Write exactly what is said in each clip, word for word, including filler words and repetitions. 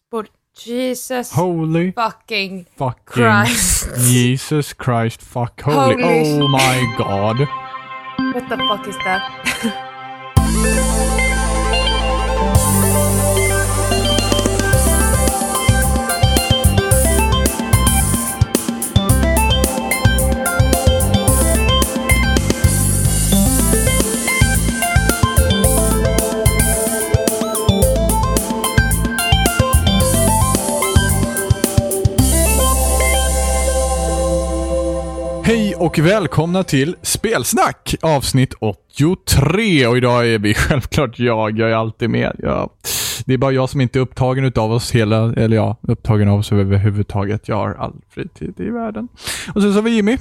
Borde... Jesus holy fucking, fucking Christ. Jesus Christ fuck holy, Holy oh my god. What the fuck is that? Hej och välkomna till Spelsnack avsnitt åttiotre, och idag är vi självklart jag, jag är alltid med. Jag, det är bara jag som inte är upptagen utav oss hela, eller ja, upptagen av oss överhuvudtaget. Jag har all fritid i världen. Och sen så har vi Jimmy.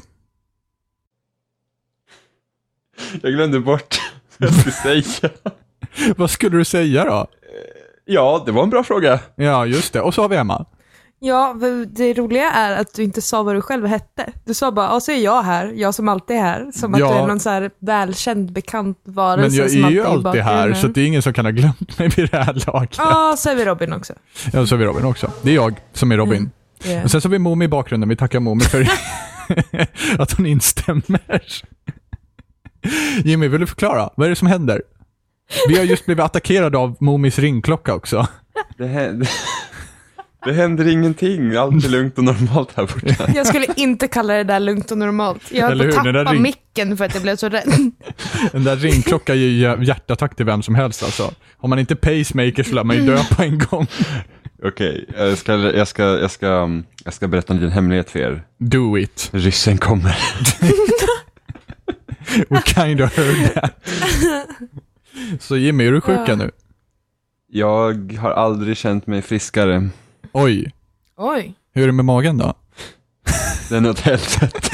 Jag glömde bort vad jag skulle säga. Vad skulle du säga då? Ja, det var en bra fråga. Ja, just det. Och så har vi Emma. Ja, det roliga är att du inte sa vad du själv hette. Du sa bara, ja så är jag här, jag som alltid är här. Som att ja. du är någon så här välkänd, bekant varelse. Men jag som är alltid ju alltid här, så det är ingen som kan ha glömt mig vid det här laget. Ja, så är vi Robin också. Ja, så är vi Robin också. Det är jag som är Robin. Mm. Yeah. Och sen så har vi Momi i bakgrunden. Vi tackar Momi för att hon instämmer. Jimmy, vill du förklara? Vad är det som händer? Vi har just blivit attackerade av Momis ringklocka också. Det händer, det händer ingenting. Allt är lugnt och normalt här borta. Jag skulle inte kalla det där lugnt och normalt. Jag höll på att tappa ring... micken för att jag blev så rädd. Den där ringklocka ger ju hjärtattack till vem som helst alltså. Har man inte pacemaker så lär man ju dö på en gång. Okej, okay, jag, ska, jag, ska, jag, ska, jag ska berätta en liten hemlighet för er. Do it. Ryssen kommer. We kind of heard that. Så Jimmy, är du sjuka ja. nu? Jag har aldrig känt mig friskare. Oj. Oj. Hur är det med magen då? Den är åt helvete.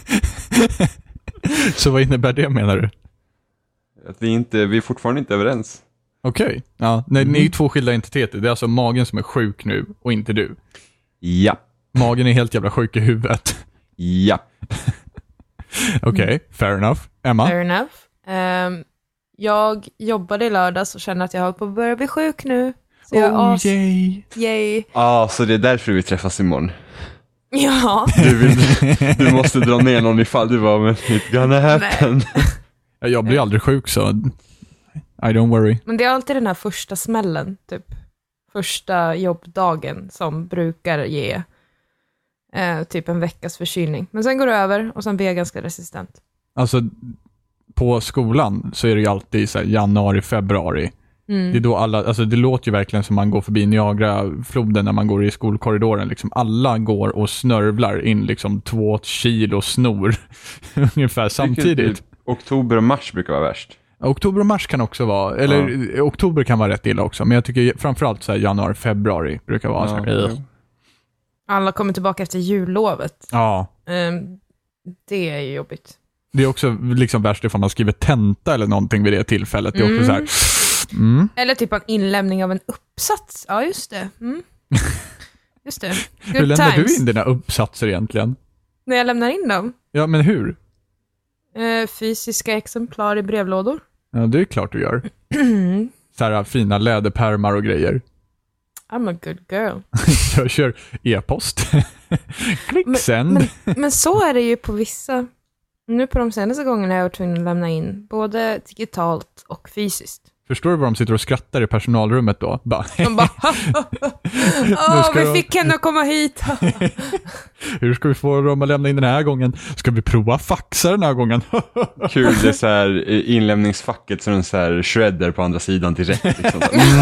Så vad innebär det, menar du? Att vi, inte, vi är fortfarande inte överens. Okej. Okay. Ja, nej, mm. ni är ju två skilda entiteter. Det är alltså magen som är sjuk nu och inte du. Ja. Magen är helt jävla sjuk i huvudet. Ja. Okej, okay, fair enough. Emma? Fair enough. Um, jag jobbade i lördags och känner att jag håller på att börja bli sjuk nu. Så jag oh, as- yay. Yay. Ja, ah, så det är därför vi träffas imorgon. Ja. Du, vill, du måste dra ner någon ifall du var med it's gonna happen. Nej. Jag blir aldrig sjuk, så I don't worry. Men det är alltid den här första smällen, typ första jobbdagen, som brukar ge eh, typ en veckas förkylning. Men sen går det över och sen blir jag ganska resistent. Alltså på skolan så är det ju alltid så här januari, februari. Mm. Det är då alla, alltså det låter ju verkligen som man går förbi Niagara-floden när man går i skolkorridoren. Liksom alla går och snörvlar in liksom två kilo snor ungefär samtidigt. Oktober och mars brukar vara värst. Oktober och mars kan också vara, eller ja. Oktober kan vara rätt illa också. Men jag tycker framförallt så här januari, februari brukar vara ja, så här. Ja. Alla kommer tillbaka efter jullovet. Ja. Um, det är ju jobbigt. Det är också liksom värst ifall man skriver tenta eller någonting vid det tillfället. Det är också mm. så här. Mm. Eller typ en inlämning av en uppsats. Ja, just det. Mm. Just det. Good hur lämnar times. du in dina uppsatser egentligen? När jag lämnar in dem? Ja, men hur? Uh, fysiska exemplar i brevlådor. Ja, det är klart du gör. Så här fina läderpärmar och grejer. I'm a good girl. Jag kör e-post. Klick men, sen. Men, men så är det ju på vissa. Nu på de senaste gångerna har jag varit tvungen att lämna in både digitalt och fysiskt. Förstår du vad de sitter och skrattar i personalrummet då? Bara, de bara, åh, vi fick henne att komma hit. Hur ska vi få dem att lämna in den här gången? Ska vi prova faxa den här gången? Kul, det är så här inlämningsfacket som en så här shredder på andra sidan direkt. Liksom.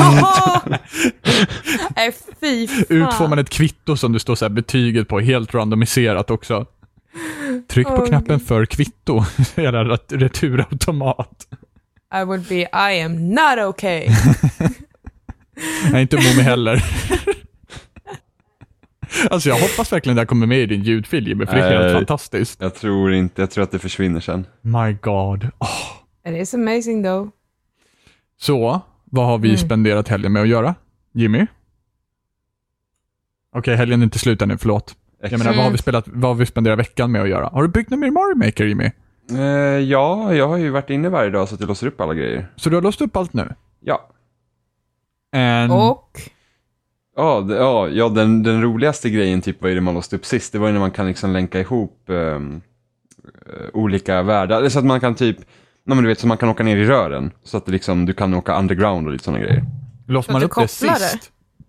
Nej, fy fan. Utformar man ett kvitto som det står så här betyget på, helt randomiserat också. Tryck på oh, knappen God. För kvitto. Eller returautomat. I would be, I am not okay. Nej, inte Momi heller. Alltså jag hoppas verkligen att det kommer med i din ljudfil, Jimmy, för det är helt äh, fantastiskt. Jag tror inte, jag tror att det försvinner sen. My God. Oh. It is amazing though. Så, vad har vi mm. spenderat helgen med att göra? Jimmy? Okej, okay, helgen är inte slut ännu, förlåt. Jag menar, mm. vad har vi spelat, vad har vi spenderat veckan med att göra? Har du byggt någon mer Mario Maker, Jimmy? Uh, ja, jag har ju varit inne varje dag så att jag låser upp alla grejer. Så du har låst upp allt nu? Ja. And... Och? Ja, det, ja, ja den, den roligaste grejen typ var ju det man låste upp sist. Det var ju när man kan liksom länka ihop um, uh, olika världar. Så att man kan typ, nej, men du vet, så man kan åka ner i rören. Så att det liksom, du kan åka underground och lite sådana grejer. Låste man upp det sist?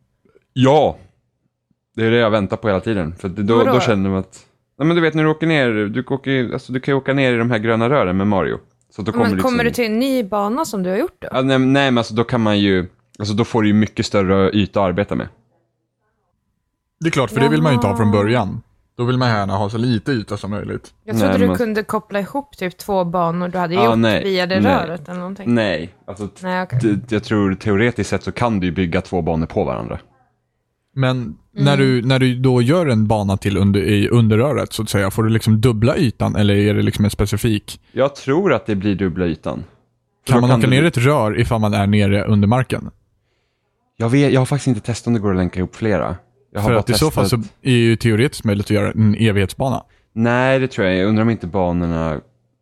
Ja, det är det jag väntar på hela tiden. För då, då känner man att, nej, men du vet när du åker ner, du, åker, alltså, du kan ju åka ner i de här gröna rören med Mario. Så då kommer men liksom, kommer du till en ny bana som du har gjort då? Ja, nej, nej, men alltså då kan man ju, alltså då får du ju mycket större yta att arbeta med. Det är klart, för det vill man ju inte ha från början. Då vill man gärna ha så lite yta som möjligt. Jag trodde nej, du man... kunde koppla ihop typ två banor du hade ah, gjort nej, via det nej, röret eller någonting. Nej, alltså nej, okay. t- jag tror teoretiskt sett så kan du ju bygga två banor på varandra. Men mm. när, du, när du då gör en bana till under, i underröret så att säga, får du liksom dubbla ytan eller är det liksom en specifik? Jag tror att det blir dubbla ytan. Kan man kan åka du... ner ett rör ifall man är nere under marken? Jag, vet, jag har faktiskt inte testat om det går att länka ihop flera. Jag har För bara att i testat... så fall så är ju teoretiskt möjligt att göra en evighetsbana. Nej, det tror jag. Jag undrar om inte banorna...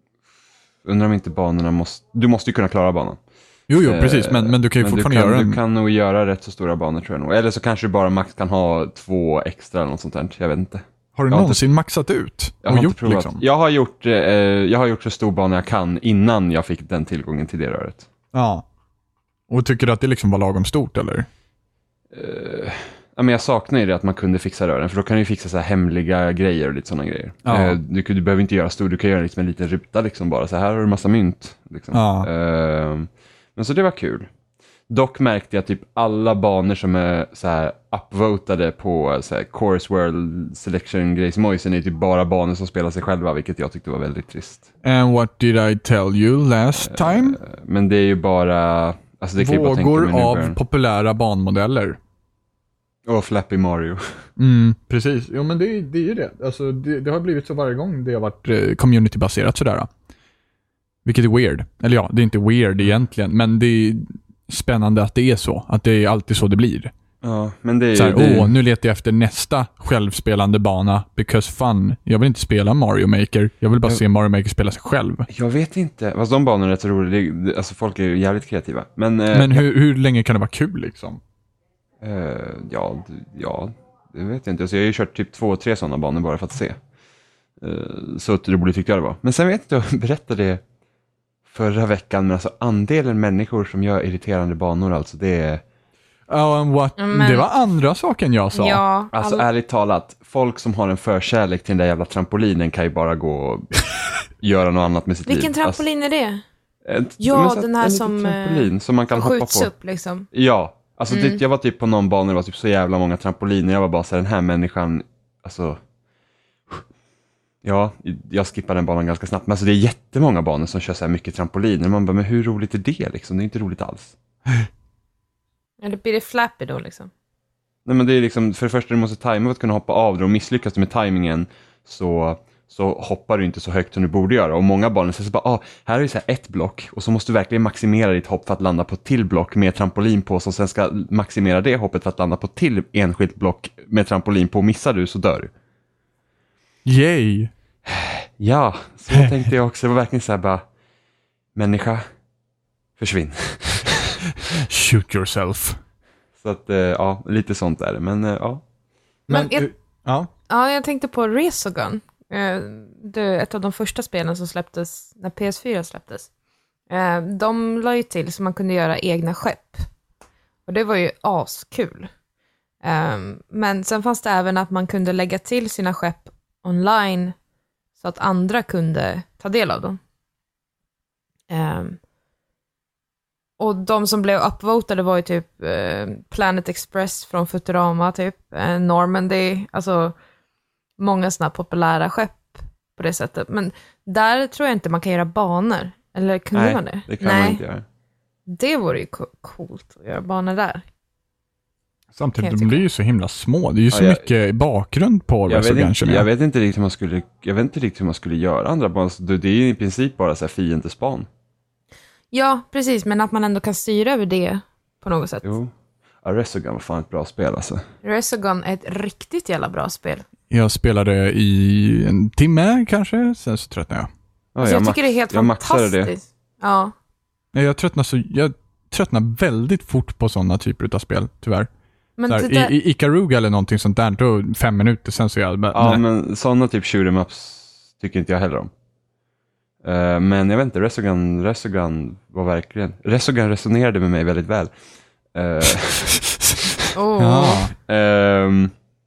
Undrar om inte banorna måste... Du måste ju kunna klara banan. Jo, jo, precis. Men, men du kan ju men fortfarande du kan, göra en... Du kan nog göra rätt så stora banor, tror jag nog. Eller så kanske du bara max kan ha två extra eller något sånt där. Jag vet inte. Har du jag någonsin inte... maxat ut? Jag har och inte gjort, provat. liksom? Jag har gjort, eh, jag har gjort så stor bana jag kan innan jag fick den tillgången till det röret. Ja. Och tycker du att det liksom var lagom stort, eller? Uh, ja, men jag saknar ju det att man kunde fixa rören. För då kan du fixa så här hemliga grejer och lite sådana grejer. Ja. Uh, du, du behöver inte göra stor, du kan göra liksom en liten ruta liksom bara. Så här har du en massa mynt. Liksom. Ja. Uh, men så det var kul. Dock märkte jag typ alla banor som är så här upvotade på så här Course World Selection grejsmojsen är typ bara banor som spelar sig själva, vilket jag tyckte var väldigt trist. And what did I tell you last time? Uh, men det är ju bara... Alltså det kan Vågor jag bara tänka mig av nu populära banmodeller. Och Flappy Mario. Mm, precis. Jo, men det, det är ju det. Alltså, det. Det har blivit så varje gång det har varit eh, communitybaserat sådär. Vilket är weird. Eller ja, det är inte weird egentligen, men det är spännande att det är så. Att det är alltid så det blir. Ja, men det är så här, ju... Det... åh, nu letar jag efter nästa självspelande bana. Because fun. Jag vill inte spela Mario Maker. Jag vill bara jag... se Mario Maker spela sig själv. Jag vet inte. Fast de banorna är så roliga. Alltså folk är ju jävligt kreativa. Men, eh, men hur, hur länge kan det vara kul liksom? Uh, ja, ja, det vet jag inte. Alltså, jag har ju kört typ två, tre sådana banor bara för att se. Uh, så att det roligt tyckte jag det var. Men sen vet jag, jag berättade det förra veckan, men alltså andelen människor som gör irriterande banor, alltså det är... Uh, what? Men... Det var andra saken jag sa. Ja, alltså all... ärligt talat, folk som har en förkärlek till den där jävla trampolinen kan ju bara gå och göra något annat med sitt Vilken liv. trampolin alltså, är det? Ett, ja, så den här som, trampolin, som man kan hoppa på. Skjuts upp liksom. Ja. Alltså mm. det, jag var typ på någon bana, det var typ så jävla många trampoliner. Jag var bara så här, den här människan, alltså... Ja, jag skippade den banan ganska snabbt. Men alltså det är jättemånga banor som kör så här mycket trampoliner. Man bara, men hur roligt är det liksom? Det är inte roligt alls. Eller blir det flappy då liksom? Nej, men det är liksom, för det första du måste tajma för att kunna hoppa av det. Och misslyckas du med tajmingen så... så hoppar du inte så högt som du borde göra. Och många barn säger så bara, ah, här är det så här ett block. Och så måste du verkligen maximera ditt hopp för att landa på ett till block med trampolin på. Som sen ska maximera det hoppet för att landa på ett till enskilt block med trampolin på. Och missar du så dör du. Yay! Ja, så tänkte jag också. Det var verkligen så här bara, människa, försvinn. Shoot yourself. Så att, ja, lite sånt är det. Men, ja. Men, Men jag, ja. ja, jag tänkte på Resogun. Det är ett av de första spelen som släpptes när P S fyra släpptes. De la ju till så man kunde göra egna skepp. Och det var ju askul. Men sen fanns det även att man kunde lägga till sina skepp online så att andra kunde ta del av dem. Och de som blev upvotade var ju typ Planet Express från Futurama, typ Normandy, alltså många sådana populära skepp på det sättet. Men där tror jag inte man kan göra banor. Eller kunde Nej, man det? det kan Nej, man inte göra. Det vore ju coolt att göra banor där. Samtidigt, de blir ju så himla små. Det är ju så ja, jag, mycket bakgrund på jag Resogun. Vet inte, jag vet inte riktigt hur man skulle, jag vet inte riktigt hur man skulle göra andra banor. Det, det är ju i princip bara så här fiendespan. Ja, precis. Men att man ändå kan styra över det på något sätt. Jo. Ja, Resogun var fan ett bra spel alltså. Resogun är ett riktigt jävla bra spel. Jag spelade i en timme kanske, sen så tröttnade jag. Ja, alltså, jag, jag tycker max, det är helt jag fantastiskt. Ja. Jag tröttnar så jag tröttnar väldigt fort på sådana typer av spel, tyvärr. Men så här, det där... i, i Ikaruga eller någonting sånt där, då fem minuter sen så jag... Ja, nej. men sådana typ shoot 'em ups tycker inte jag heller om. Uh, men jag vet inte, Resogun, Resogun var verkligen... Resogun resonerade med mig väldigt väl. Uh, oh. Ja. um,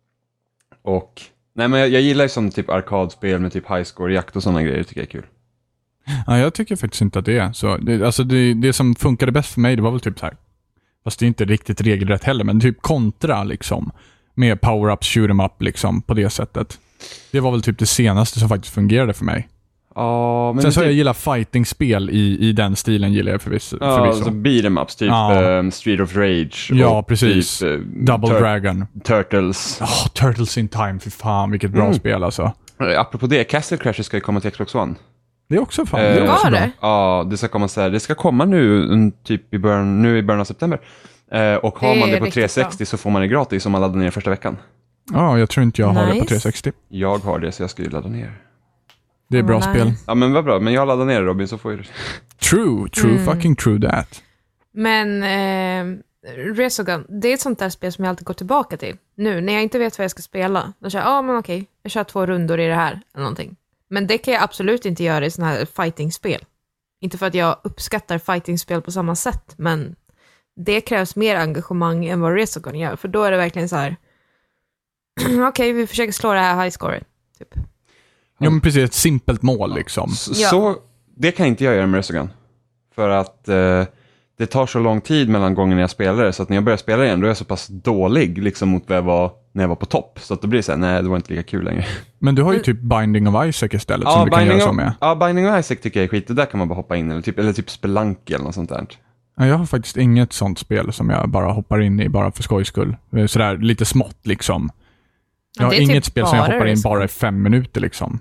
och... Nej, men jag, jag gillar ju sådana typ arkadspel med typ highscore, jakt och sådana grejer, tycker jag är kul. Ja, jag tycker faktiskt inte att det är så. Det, alltså det, det som funkade bäst för mig, det var väl typ så här, fast det är inte riktigt regelrätt heller, men typ kontra liksom, med power-ups, shoot 'em up liksom, på det sättet. Det var väl typ det senaste som faktiskt fungerade för mig. Ja, men sen så typ... jag gillar fighting-spel i, i den stilen, gillar jag förvisso. Ja, förvisso. alltså beat'em ups, typ Ja. um, Street of Rage. Ja, och precis. Typ, uh, Double tur- Dragon. Turtles. Oh, Turtles in Time, för fan, vilket bra Mm. spel alltså. Apropå det, Castle Crashers ska ju komma till Xbox One. Det är också fan, Eh, det är också Var bra. det? Ja, det ska komma så här. Det ska komma nu mm, typ i början, nu i början av september. Eh, och har Det man är det på riktigt trehundrasextio så får man det gratis om man laddar ner första veckan. Ja, jag tror inte jag har det på Nice. trehundrasextio. Jag har det så jag ska ju ladda ner. Det är Oh, bra nice. spel. Ja, men vad bra, men jag laddar ner det, Robin, så får ju... True, true, Mm. fucking true that. Men eh, Resogun, det är ett sånt där spel som jag alltid går tillbaka till. Nu, när jag inte vet vad jag ska spela, då säger jag, ja ah, men okej, jag kör två rundor i det här, eller någonting. Men det kan jag absolut inte göra i såna här fighting-spel. Inte för att jag uppskattar fighting-spel på samma sätt, men det krävs mer engagemang än vad Resogun gör, för då är det verkligen så här, okej, okay, vi försöker slå det här high score, typ. Ja, men precis, ett simpelt mål liksom. Så, Ja. så det kan inte jag göra med Resogun. För att eh, det tar så lång tid mellan gångerna jag spelar det, så att när jag börjar spela igen då är jag så pass dålig liksom mot vad jag var när jag var på topp. Så att då blir det så här, nej, det var inte lika kul längre. Men du har ju typ Binding of Isaac istället som Ja, du kan göra Binding så of, med. ja, Binding of Isaac tycker jag är skit. Det där kan man bara hoppa in, eller typ, eller typ Spelunky eller något sånt där. Ja, jag har faktiskt inget sånt spel som jag bara hoppar in i bara för skojs skull. Sådär lite smått liksom. Jag Ja, har det är inget typ spel som jag bara hoppar in Resogun. bara i fem minuter liksom.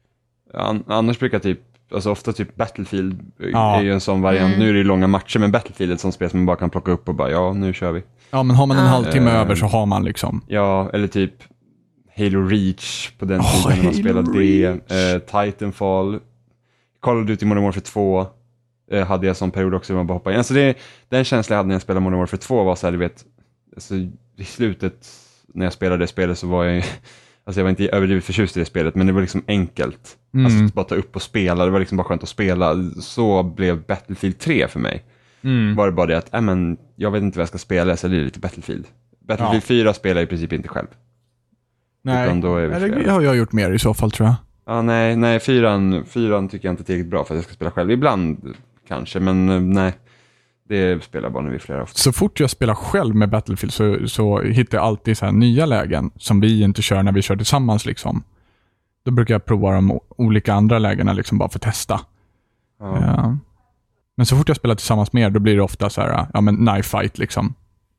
An- annars brukar typ, alltså ofta typ Battlefield Ja. är ju en sån variant. Mm. Nu är det ju långa matcher, men Battlefield är ett sånt spel som man bara kan plocka upp och bara, ja, nu kör vi. Ja, men har man en Ah. halvtimme Eh. över så har man liksom. Ja, eller typ Halo Reach på den Åh, tiden när man Halo spelade det. Eh, Titanfall, Call of Duty Modern Warfare två eh, hade jag sån period också, där man bara hoppade in. Alltså det, den känslan jag hade när jag spelade Modern Warfare två var så här, du vet, alltså, i slutet när jag spelade det spelet så var jag alltså jag var inte överdrivet förtjust i det spelet, men det var liksom enkelt. Mm. Alltså att bara ta upp och spela, det var liksom bara skönt att spela. Så blev Battlefield tre för mig. Mm. Var det bara det att, äh, men, jag vet inte vad jag ska spela, så det är lite Battlefield. Battlefield Ja. fyra spelar jag i princip inte själv. Nej, Utan då är vi Nej, det flera. har jag gjort mer i så fall tror jag. Ja, nej, nej fyran, fyran tycker jag inte är tillräckligt bra för att jag ska spela själv. Ibland kanske, men eh, nej. Det spelar bara när vi är flera ofta. Så fort jag spelar själv med Battlefield så, så hittar jag alltid så här nya lägen som vi inte kör när vi kör tillsammans liksom. Då brukar jag prova de o- olika andra lägena liksom bara för att testa. Ja. Ja. Men så fort jag spelar tillsammans med er, då blir det ofta så här, ja men knife fight liksom.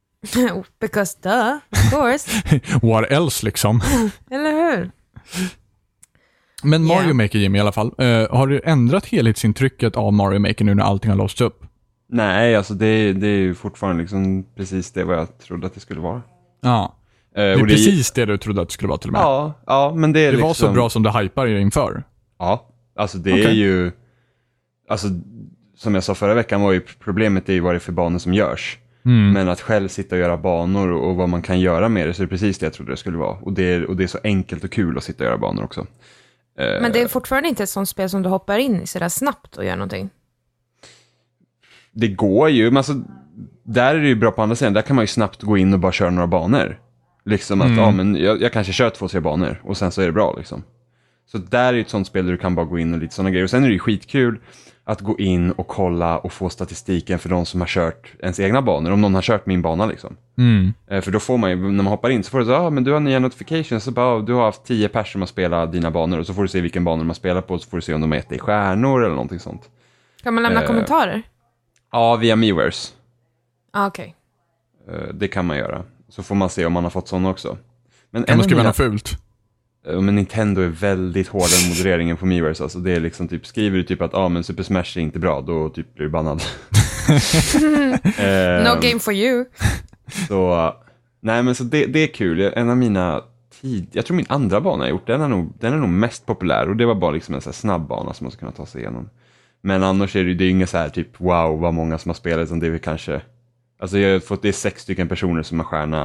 Because duh, of course. What else liksom? Eller hur? Men Mario Yeah. Maker, Jimmy, i alla fall. Uh, har du ändrat helhetsintrycket av Mario Maker nu när allting har låsts upp? Nej, alltså det, det är ju fortfarande liksom precis det vad jag trodde att det skulle vara. Ja. Eh, Det är och precis det du trodde att det skulle vara till och med. Ja, ja, men det är det liksom... var så bra som du hypar inför. Ja, alltså det Okej. är ju... Alltså, som jag sa förra veckan var ju problemet är ju vad det är för banor som görs. Mm. Men att själv sitta och göra banor och, och vad man kan göra med det, så är det precis det jag trodde det skulle vara. Och det är, och det är så enkelt och kul att sitta och göra banor också. Eh, Men det är fortfarande inte ett sånt spel som du hoppar in i sådär snabbt och gör någonting. Det går ju, men alltså, där är det ju bra på andra sidan. Där kan man ju snabbt gå in och bara köra några banor. Liksom att, Mm. ja men jag, jag kanske kör två, tre banor och sen så är det bra liksom. Så där är ju ett sånt spel där du kan bara gå in och lite sådana grejer. Och sen är det ju skitkul att gå in och kolla och få statistiken för de som har kört ens egna banor. Om någon har kört min bana liksom. Mm. Eh, för då får man ju, när man hoppar in så får du säga, ja ah, men du har nya notifications. Så bara, ah, du har haft tio personer som har spelat dina banor. Och så får du se vilken banor de har spelat på. Och så får du se om de har gett dig stjärnor eller någonting sånt. Kan man lämna Eh, kommentarer? Ja, via Miiverse. Ah, okej. Eh, Det kan man göra. Så får man se om man har fått sådana också. Men Kan en man av skriva mina- något fult? Eh, Men Nintendo är väldigt hårda i modereringen på Miiverse. Alltså det är liksom typ, skriver du typ att ah, men Super Smash är inte bra, då typ blir du bannad. Eh, No game for you. Så, nej men så det, det är kul. En av mina tid, jag tror min andra bana jag gjort, den är nog, den är nog mest populär. Och det var bara liksom en så här snabb bana som man ska kunna ta sig igenom. Men annars är det, det är inga så här typ wow vad många som har spelat, utan det är väl kanske, alltså jag har fått, det är sex stycken personer som har stjärna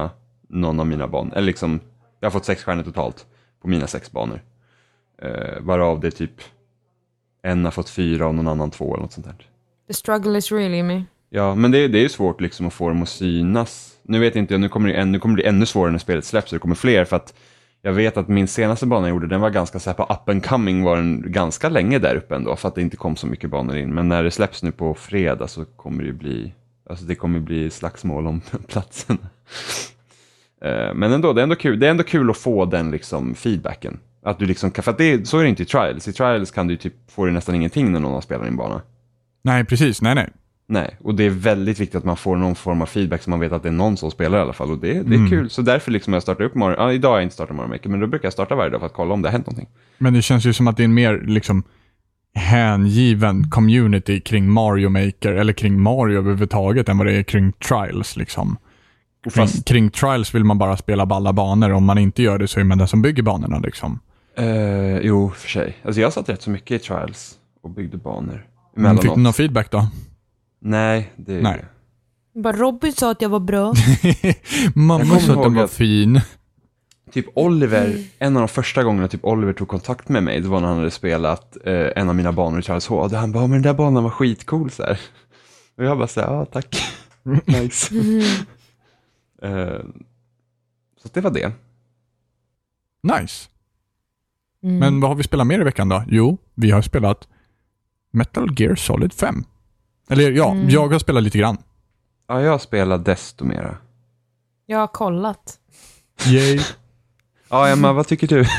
någon av mina banor. Eller liksom, jag har fått sex stjärnor totalt på mina sex banor. Uh, varav det typ en har fått fyra och någon annan två eller något sånt där. The struggle is really me. Ja, men det, det är ju svårt liksom att få dem att synas. Nu vet inte jag, nu kommer det, än, nu kommer det bli ännu svårare när spelet släpps så det kommer fler, för att jag vet att min senaste bana jag gjorde, den var ganska så här, på up and coming var den ganska länge där uppe ändå, för att det inte kom så mycket banor in. Men när det släpps nu på fredag så kommer det bli, alltså det kommer bli slagsmål om platsen. uh, men ändå, det är ändå kul, det är ändå kul att få den liksom feedbacken. Att du liksom, för att det, så är det inte i Trials. I Trials kan du typ få det nästan ingenting när någon har spelat din bana. Nej, precis. Nej, nej. Nej, och det är väldigt viktigt att man får någon form av feedback så man vet att det är någon som spelar i alla fall. Och det, det är mm. kul. Så därför liksom jag startar upp Mario. Ja, idag har jag inte startat Mario Maker, men då brukar jag starta varje dag för att kolla om det har hänt någonting. Men det känns ju som att det är en mer liksom hängiven community kring Mario Maker eller kring Mario överhuvudtaget än vad det är kring Trials liksom. Kring, Fast... kring Trials vill man bara spela balla banor. Om man inte gör det så är man den som bygger banorna liksom. Uh, jo, för sig. Alltså jag satt rätt så mycket i Trials och byggde banor. Men fick du någon feedback då? Nej, det... Nej. Bara Robin sa att jag var bra. Mamma sa att den var fin. Typ Oliver, mm. en av de första gångerna typ Oliver tog kontakt med mig, det var när han hade spelat eh, en av mina banor i Charles H. Och han bara, men den där banan var skitcool så här. Och jag bara så här, ja tack. Nice. Mm. uh, så det var det. Nice. Mm. Men vad har vi spelat mer i veckan då? Jo, vi har spelat Metal Gear Solid fem. Eller ja, mm. jag har spelat lite grann. Ja, jag har spelat desto mera. Jag har kollat. Yay. Ja, Emma, vad tycker du?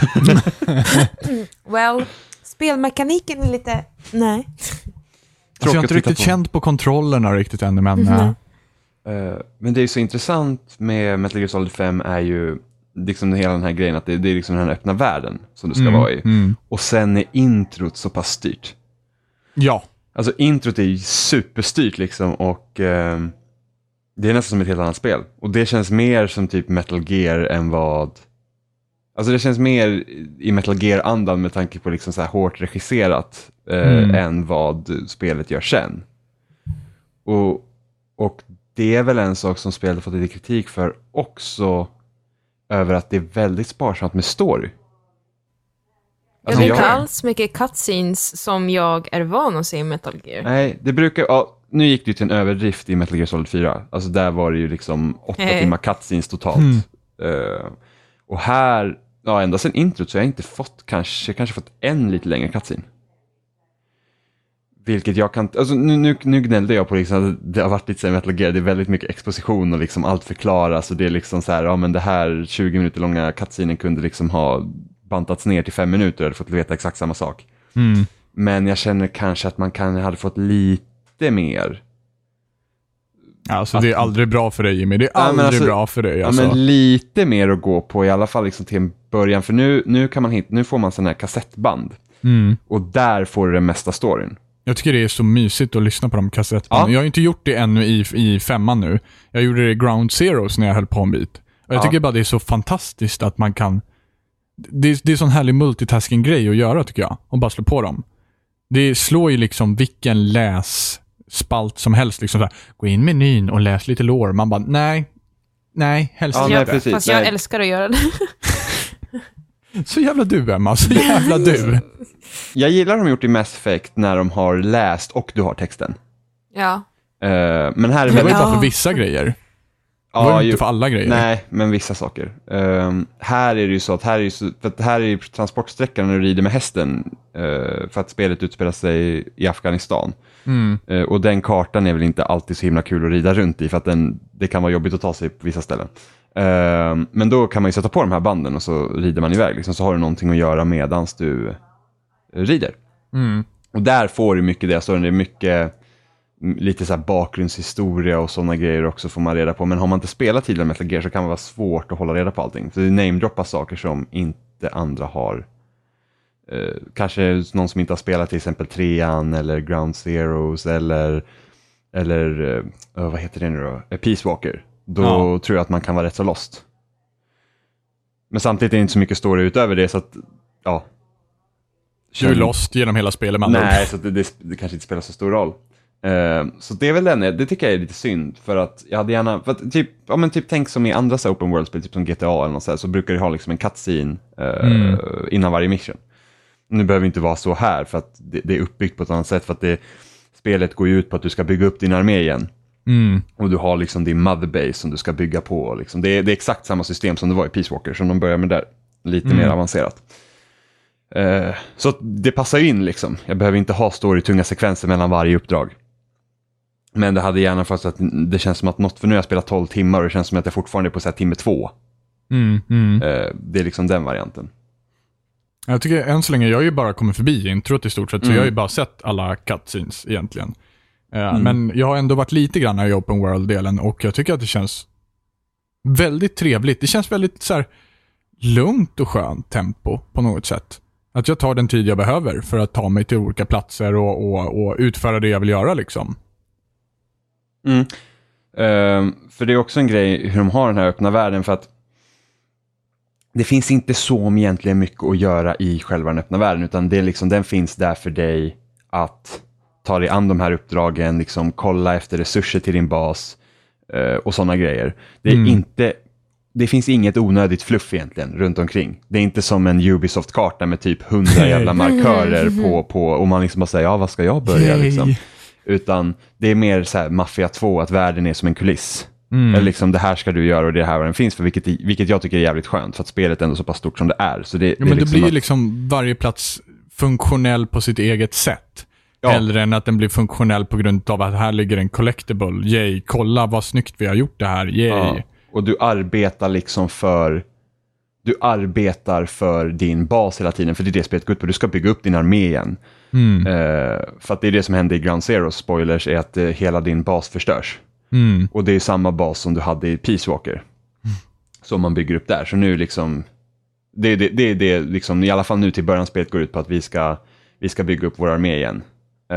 Well, spelmekaniken är lite... Nej. Alltså, jag har inte riktigt på. känt på kontrollerna riktigt ännu, men... Mm. Uh, men det är så intressant med Metal Gear Solid fem är ju liksom hela den här grejen att det, det är liksom den här öppna världen som du ska mm. vara i. Mm. Och sen är introt så pass styrt. Ja. Alltså introt är ju superstyrt liksom och uh, det är nästan som ett helt annat spel. Och det känns mer som typ Metal Gear än vad... Alltså det känns mer i Metal Gear-andan med tanke på liksom så här hårt regisserat uh, mm. än vad spelet gör sen. Och, och det är väl en sak som spelet har fått lite kritik för också över att det är väldigt sparsamt med story. Alltså, det är inte jag... alls mycket cutscenes som jag är van att se i Metal Gear. Nej, det brukar... Ja, nu gick det till en överdrift i Metal Gear Solid fyra. Alltså där var det ju liksom åtta hey. timmar cutscenes totalt. Mm. Uh, och här, ja ända sedan introt så har jag inte fått kanske, kanske fått en lite längre cutscene. Vilket jag kan... Alltså nu, nu, nu gnällde jag på liksom att det har varit lite så här Metal Gear. Det är väldigt mycket exposition och liksom allt förklaras. Och det är liksom så här, ja men det här tjugo minuter långa cutscenen kunde liksom ha bantats ner till fem minuter och fått veta exakt samma sak. Mm. Men jag känner kanske att man kan hade fått lite mer. Alltså att, det är aldrig bra för dig, Jimmy. Det är aldrig ja, alltså, bra för dig. Alltså. Ja, men lite mer att gå på i alla fall liksom till en början. För nu, nu, kan man hitta, nu får man sån här kassettband. Mm. Och där får du den mesta storyn. Jag tycker det är så mysigt att lyssna på de kassettbanden. Ja. Jag har inte gjort det ännu i, i femman nu. Jag gjorde det i Ground Zeroes när jag höll på en bit. Och jag ja. tycker bara det är så fantastiskt att man kan... Det, det är sån härlig multitasking-grej att göra tycker jag. Och bara slå på dem. Det slår ju liksom vilken lässpalt som helst. Liksom så här, gå in i menyn och läs lite lore. Man bara, nej. Nej, helst ja, inte. Nej, precis, Fast jag nej. älskar att göra det. Så jävla du, Emma. Så jävla du. Jag gillar de gjort i Mass Effect när de har läst och du har texten. Ja. Uh, men här är det var väldigt... inte bara för vissa grejer. Det ja, var ju... inte för alla grejer. Nej, men vissa saker. Uh, här är det ju så att här är, ju så, för att här är ju transportsträckan när du rider med hästen uh, för att spelet utspelar sig i Afghanistan. Mm. Uh, och den kartan är väl inte alltid så himla kul att rida runt i för att den, det kan vara jobbigt att ta sig på vissa ställen. Uh, men då kan man ju sätta på de här banden och så rider man iväg. Liksom, så har du någonting att göra medans du rider. Mm. Och där får du mycket det. Så det är mycket lite så här bakgrundshistoria och sådana grejer också får man reda på. Men har man inte spelat tidigare Metal Gear så kan det vara svårt att hålla reda på allting. Så det namedroppar saker som inte andra har. Uh, kanske någon som inte har spelat till exempel trean eller Ground Zeroes eller, eller uh, vad heter det nu då? Peace Walker. Då ja. tror jag att man kan vara rätt så lost. Men samtidigt är det inte så mycket story utöver det så att, ja. Du är lost genom hela spelet man. Nej, så det, det, det kanske inte spelar så stor roll. Uh, så det är väl den, det tycker jag är lite synd för att jag hade gärna, för att typ, ja men typ tänk som i andra så open world-spel, typ som G T A eller något så här, så brukar det ha liksom en cutscene uh, mm. innan varje mission. Nu behöver det inte vara så här för att det, det är uppbyggt på ett annat sätt, för att det, spelet går ju ut på att du ska bygga upp din armé igen. Mm. Och du har liksom din motherbase som du ska bygga på. Liksom. Det, är, det är exakt samma system som det var i Peace Walker, som de börjar med där. Lite mm. mer avancerat. Uh, så det passar ju in liksom. Jag behöver inte ha story-tunga sekvenser mellan varje uppdrag. Men det hade gärna fast att det känns som att något, för nu har jag spelat tolv timmar och det känns som att jag fortfarande är på så här timme två. Mm. Mm. Uh, det är liksom den varianten. Jag tycker än så länge, jag har ju bara kommit förbi introt i stort sett, så mm. jag har ju bara sett alla cutscenes egentligen. Uh, mm. Men jag har ändå varit lite grann i open world-delen och jag tycker att det känns väldigt trevligt. Det känns väldigt så här lugnt och skönt tempo på något sätt. Att jag tar den tid jag behöver för att ta mig till olika platser och, och, och utföra det jag vill göra liksom. Mm. Uh, för det är också en grej hur de har den här öppna världen, för att det finns inte så egentligen mycket att göra i själva den öppna världen, utan det är liksom, den finns där för dig att ta dig an de här uppdragen, liksom kolla efter resurser till din bas uh, och sådana grejer. Det är mm. inte, det finns inget onödigt fluff egentligen runt omkring. Det är inte som en Ubisoft-karta med typ hundra jävla markörer på, på, och man liksom bara säger, ja vad ska jag börja liksom? Utan det är mer så här Mafia två, att världen är som en kuliss. Mm. Eller liksom, det här ska du göra och det här var den finns för, vilket, vilket jag tycker är jävligt skönt, för att spelet är ändå så pass stort som det är. Så det, ja, det men är liksom det blir att... liksom varje plats funktionell på sitt eget sätt. Ja. Hellre än att den blir funktionell på grund av att här ligger en collectible. Yay, kolla vad snyggt vi har gjort det här. Yay. Ja. Och du arbetar liksom för du arbetar för din bas hela tiden, för det är det spelet går ut på. Du ska bygga upp din armé igen. Mm. Uh, för att det är det som händer i Ground Zero, spoilers, är att uh, hela din bas förstörs. Mm. Och det är samma bas som du hade i Peace Walker. Mm. Som man bygger upp där. Så nu liksom det är det, det, det liksom, i alla fall nu till början spelet går ut på att vi ska, vi ska bygga upp vår armé igen. Uh,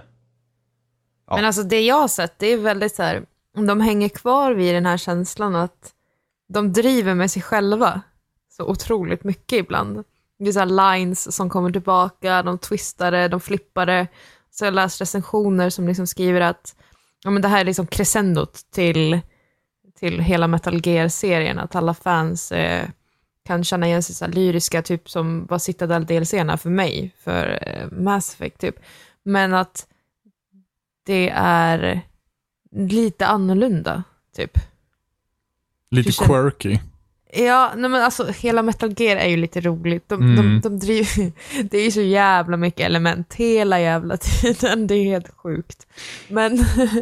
ja. Men alltså det jag har sett, det är väldigt så här, de hänger kvar vid den här känslan att de driver med sig själva så otroligt mycket ibland. Det är så här lines som kommer tillbaka, de twistade, de flippade. Så jag har läst recensioner som liksom skriver att ja, men det här är liksom crescendot till, till hela Metal Gear-serien, att alla fans eh, kan känna igen sig så här lyriska, typ som var Citadel-D L C-erna för mig, för eh, Mass Effect typ. Men att det är lite annorlunda, typ. Lite quirky. Ja, nej men alltså hela Metal Gear är ju lite roligt. De, mm. de, de driver, det är ju så jävla mycket element hela jävla tiden. Det är helt sjukt. Men,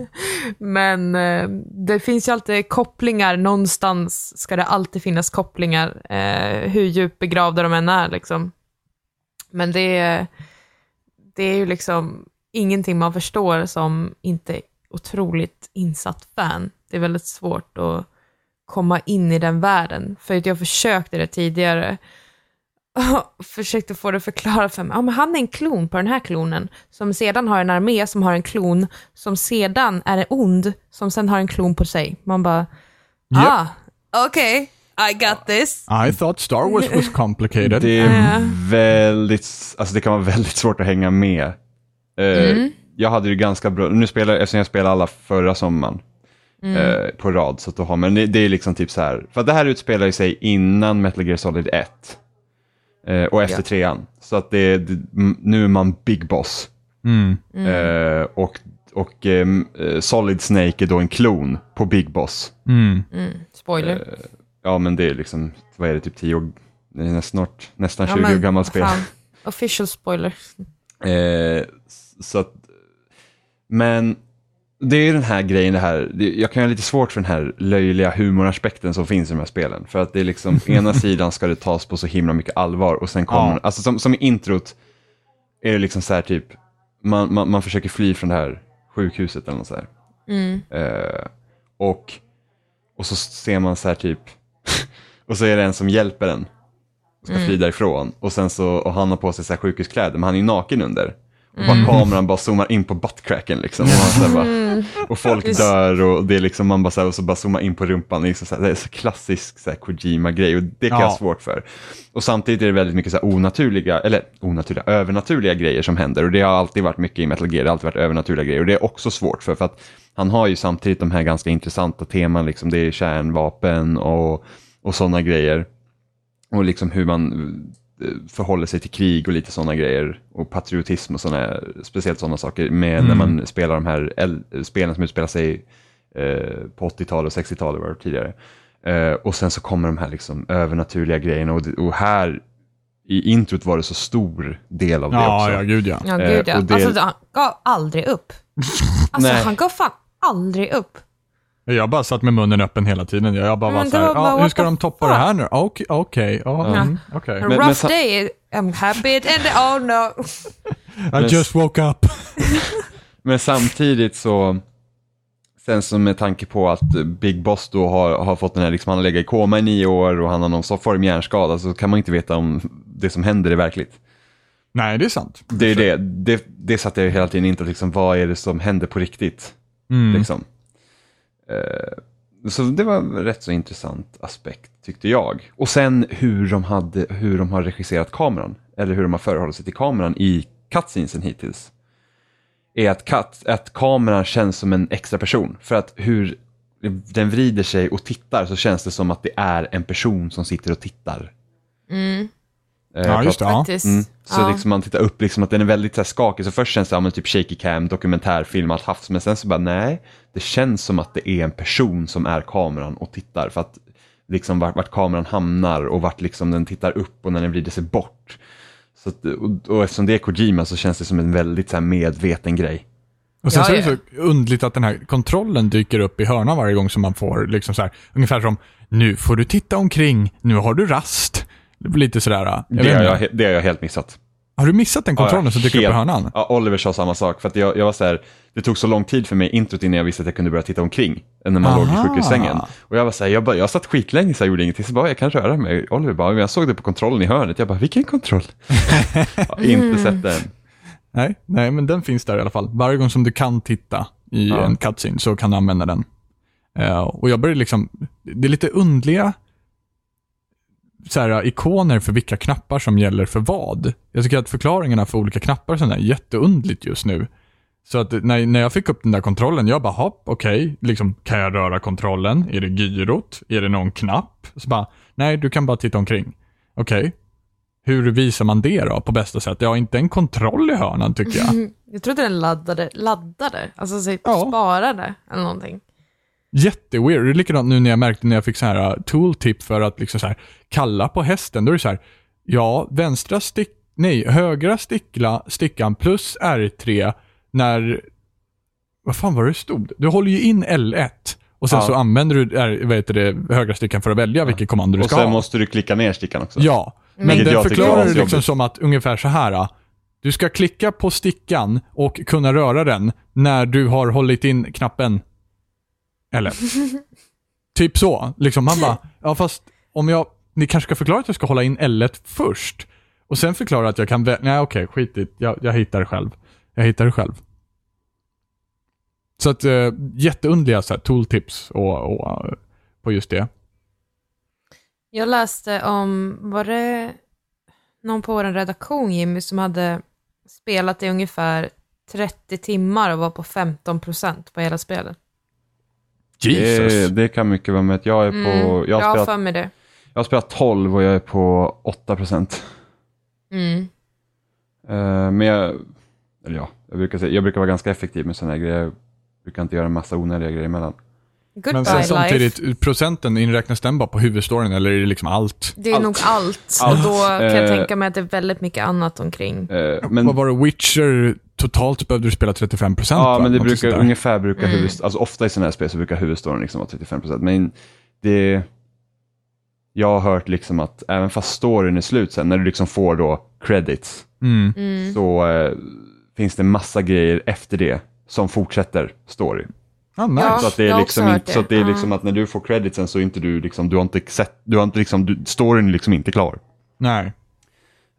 men det finns ju alltid kopplingar. Någonstans ska det alltid finnas kopplingar. Eh, hur djupt begravda de än är liksom. Men det är, det är ju liksom ingenting man förstår som inte otroligt insatt fan. Det är väldigt svårt att komma in i den världen. För att jag försökte det tidigare. Och försökte få det förklarat för mig. Ja, men han är en klon på den här klonen. Som sedan har en armé som har en klon. Som sedan är en ond. Som sen har en klon på sig. Man bara, yep. ah, okej. Okay. I got this. I thought Star Wars was complicated. Det är väldigt, alltså det kan vara väldigt svårt att hänga med. Uh, mm. Jag hade ju ganska bra, nu spelar, eftersom jag spelade alla förra sommaren mm. uh, på rad, så att då har, men det, det är liksom typ så här, för att det här utspelar ju sig innan Metal Gear Solid ett uh, och efter ja. trean, så att det, det, nu är man Big Boss mm. uh, och, och um, Solid Snake är då en klon på Big Boss. Mm. Mm. Spoiler. Uh, ja, men det är liksom, vad är det, typ tio år, det är snart, nästan ja, tjugo år gammalt spel. Fan. Official spoiler. Eh, så att, men det är ju den här grejen, det här, det, jag kan ha lite svårt för den här löjliga humoraspekten som finns i de här spelen, för att det är liksom, ena sidan ska det tas på så himla mycket allvar och sen kommer, ja. alltså som, som i introt är det liksom så här typ, man, man, man försöker fly från det här sjukhuset eller något så här. Mm. Eh, och och så ser man så här typ och så är det en som hjälper en ska mm. fly därifrån, och sen så, och han har på sig så här sjukhuskläder, men han är ju naken under, Och bara kameran bara zoomar in på buttcracken liksom. Och, man så bara, och folk dör och det är liksom man bara så här, och så bara zoomar in på rumpan. Liksom så här, det är så klassisk så här, Kojima-grej och det kan ja. jag ha svårt för. Och samtidigt är det väldigt mycket så här, onaturliga, eller onaturliga, övernaturliga grejer som händer. Och det har alltid varit mycket i Metal Gear, det har alltid varit övernaturliga grejer. Och det är också svårt för, för att han har ju samtidigt de här ganska intressanta teman. Liksom, det är kärnvapen och, och sådana grejer. Och liksom hur man förhåller sig till krig och lite sådana grejer och patriotism och såna, speciellt sådana saker med mm. när man spelar de här äl- spelen som utspelar sig eh, på åttiotalet och sextiotalet var det tidigare. Eh, och sen så kommer de här liksom övernaturliga grejerna och, och här i introt var det så stor del av det ja, också. Ja, gud ja. Ja, gud ja. Eh, det... Alltså han gav aldrig upp. Alltså han gav fan aldrig upp. Jag bara satt med munnen öppen hela tiden. Jag bara var så här, bara, ah, hur ska de toppa fuck? Det här nu? Okej, okej. Okay. A rough men, day, I'm happy and oh no. I just woke up. Men samtidigt så, sen så med tanke på att Big Boss då har, har fått den här, liksom han har legat i koma i nio år och han har någon så form hjärnskada, så kan man inte veta om det som händer är verkligt. Nej, det är sant. Det är det. Det, det satte jag hela tiden inte liksom, vad är det som händer på riktigt? Mm. Liksom. Så det var en rätt så intressant aspekt tyckte jag. Och sen hur de, hade, hur de har regisserat kameran, eller hur de har förhållit sig till kameran i cutscenesen hittills, är att, cut, att kameran känns som en extra person. För att hur den vrider sig och tittar så känns det som att det är en person som sitter och tittar. Mm. Eh, ja, just det. Ja. Mm. Så ja. Liksom man tittar upp, liksom att den är väldigt så här, skakig. Så först känns det som ja, typ shaky cam, dokumentärfilmat havs. Men sen så bara nej, det känns som att det är en person som är kameran och tittar. För att liksom vart, vart kameran hamnar och vart liksom den tittar upp och när den vrider sig bort. Så att, och, och eftersom det är Kojima så känns det som en väldigt så här, medveten grej. Och sen ja, så är det ja. så underligt att den här kontrollen dyker upp i hörnan varje gång som man får liksom så här, ungefär som nu får du titta omkring, nu har du rast. Det blir lite sådär. Jag det, har jag, det har jag helt missat. Har du missat den kontrollen ja, som dyker helt, upp i hörnan? Ja, Oliver sa samma sak. För att jag, jag var så här, det tog så lång tid för mig introt innan jag visste att jag kunde börja titta omkring. När man Aha. låg i sjukhussängen. Och jag var så här, jag, bara, jag satt skitlänge så jag gjorde ingenting. Så bara, jag kan röra mig. Oliver bara, men jag såg det på kontrollen i hörnet. Jag bara, vilken kontroll? ja, inte sett den. Nej, nej, men den finns där i alla fall. Varje gång som du kan titta i ja. en cutscene så kan du använda den. Uh, och jag börjar liksom, det är lite undliga så här, ikoner för vilka knappar som gäller för vad. Jag tycker att förklaringarna för olika knappar så är jätteundligt just nu. Så att när, när jag fick upp den där kontrollen, jag bara, hopp, okej, okay, liksom, kan jag röra kontrollen? Är det gyrot? Är det någon knapp? Så bara, nej, du kan bara titta omkring. Okej. Okay. Hur visar man det då på bästa sätt? Jag har inte en kontroll i hörnan tycker jag. Jag trodde den laddade, laddade. Alltså så ja. sparade eller någonting. Jätteweird. Det är likadant nu när jag märkte när jag fick så här tooltip för att liksom så här kalla på hästen. Då är det så här, ja, vänstra stick, nej, högra stickla, stickan plus R tre när, vad fan var det stod? Du håller ju in L ett och sen ja. så använder du R, vad heter det, högra stickan för att välja ja. vilket kommando du ska ha. Och sen ha. måste du klicka ner stickan också. Ja, men Vilket den förklarar det liksom som att ungefär så här. Du ska klicka på stickan och kunna röra den när du har hållit in knappen. Eller typ så. Liksom man bara, ja fast om jag, ni kanske ska förklara att jag ska hålla in L ett först. Och sen förklara att jag kan välja, nej okej, okay, skitigt. Jag, jag hittar det själv. Jag hittar det själv. Så att äh, jätteundliga så här, tooltips och, och, uh, på just det. Jag läste om, var det någon på vår redaktion, Jimmy, som hade spelat i ungefär trettio timmar och var på femton procent på hela spelet. Jesus. Det, det kan mycket vara med att jag är på... Mm, jag, har spelat, med det. jag har spelat tolv och jag är på åtta procent. Mm. Uh, men jag... Eller ja, jag brukar, säga, jag brukar vara ganska effektiv med sådana här grejer. Jag brukar inte göra en massa onödiga grejer emellan. Goodbye, men sen samtidigt, life. procenten inräknas den bara på huvudstoryn eller är det liksom allt? Det är allt. nog allt. allt. Och då kan jag uh, tänka mig att det är väldigt mycket annat omkring. Uh, men, vad var det? Witcher totalt behövde du spela trettiofem procent? Ja, va? Men det brukar ungefär brukar mm. huvudst- alltså ofta i sådana här spel så brukar huvudstoryn liksom vara trettiofem procent. Men det jag har hört liksom att även fast storyn är slut sen när du liksom får då credits mm. Mm. så uh, finns det massa grejer efter det som fortsätter story. Ah, nice. Ja, så att det är liksom inte, så att det är liksom uh. att när du får creditsen så är inte du liksom du har inte sett du har inte liksom du, storyn är liksom inte klar. Nej.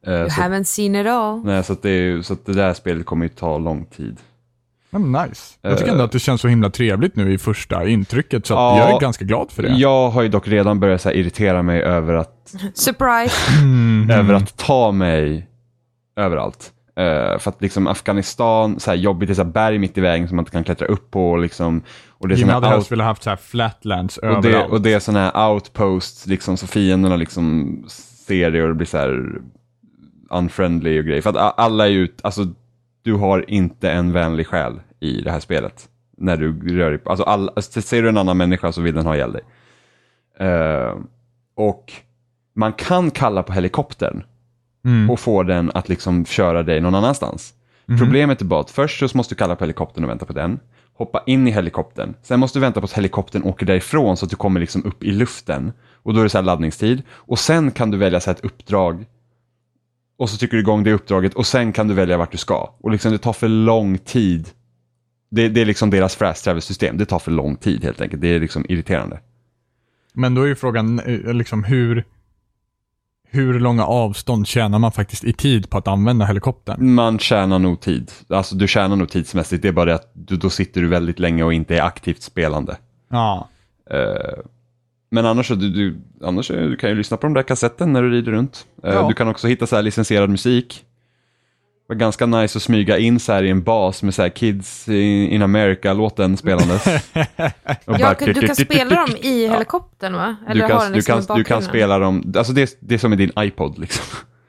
Uh, You så, haven't seen it all. nej, så, att det, är, så att det där spelet kommer ju ta lång tid. Men nice. Jag tycker Uh, ändå att det känns så himla trevligt nu i första intrycket, så att ja, jag är ganska glad för det. Jag har ju dock redan börjat så här, irritera mig över att Surprise! Mm. över att ta mig överallt. Uh, för att liksom Afghanistan, så här jobbigt, det är så här berg mitt i vägen som man inte kan klättra upp på. Och liksom, och det är Jimmy såna hade här helst out- velat haft så här flatlands och överallt. det, och det är sådana här outposts liksom, så fienderna liksom ser det och det blir så här unfriendly och grejer. För att alla är ju, alltså du har inte en vänlig själ i det här spelet. När du rör dig, alltså, alla, alltså ser du en annan människa så vill den ha ihjäl dig. Uh, och man kan kalla på helikoptern Mm. och få den att liksom köra dig någon annanstans. Mhm. Problemet är bara att först så måste du kalla på helikoptern och vänta på den. Hoppa in i helikoptern. Sen måste du vänta på att helikoptern åker därifrån så att du kommer liksom upp i luften. Och då är det så här laddningstid. Och sen kan du välja så här ett uppdrag. Och så trycker du igång det uppdraget. Och sen kan du välja vart du ska. Och liksom det tar för lång tid. Det, det är liksom deras fast travel system. Det tar för lång tid helt enkelt. Det är liksom irriterande. Men då är ju frågan eh, liksom hur hur långa avstånd tjänar man faktiskt i tid på att använda helikoptern? Man tjänar nog tid. Alltså du tjänar nog tidsmässigt. Det är bara det att du, då sitter du väldigt länge och inte är aktivt spelande. Ja. Uh, men annars, så, du, du, annars så, du kan ju lyssna på de där kassetten när du rider runt. Uh, Ja. Du kan också hitta så här licensierad musik. Det var ganska nice att smyga in så här i en bas med så här Kids in, in America-låten spelandes. Och Ja, bara- du kan spela dem i helikoptern, va? Du Eller har kan, den du, liksom kan, i du kan bakgrunden? spela dem, alltså det, det är som med din iPod liksom.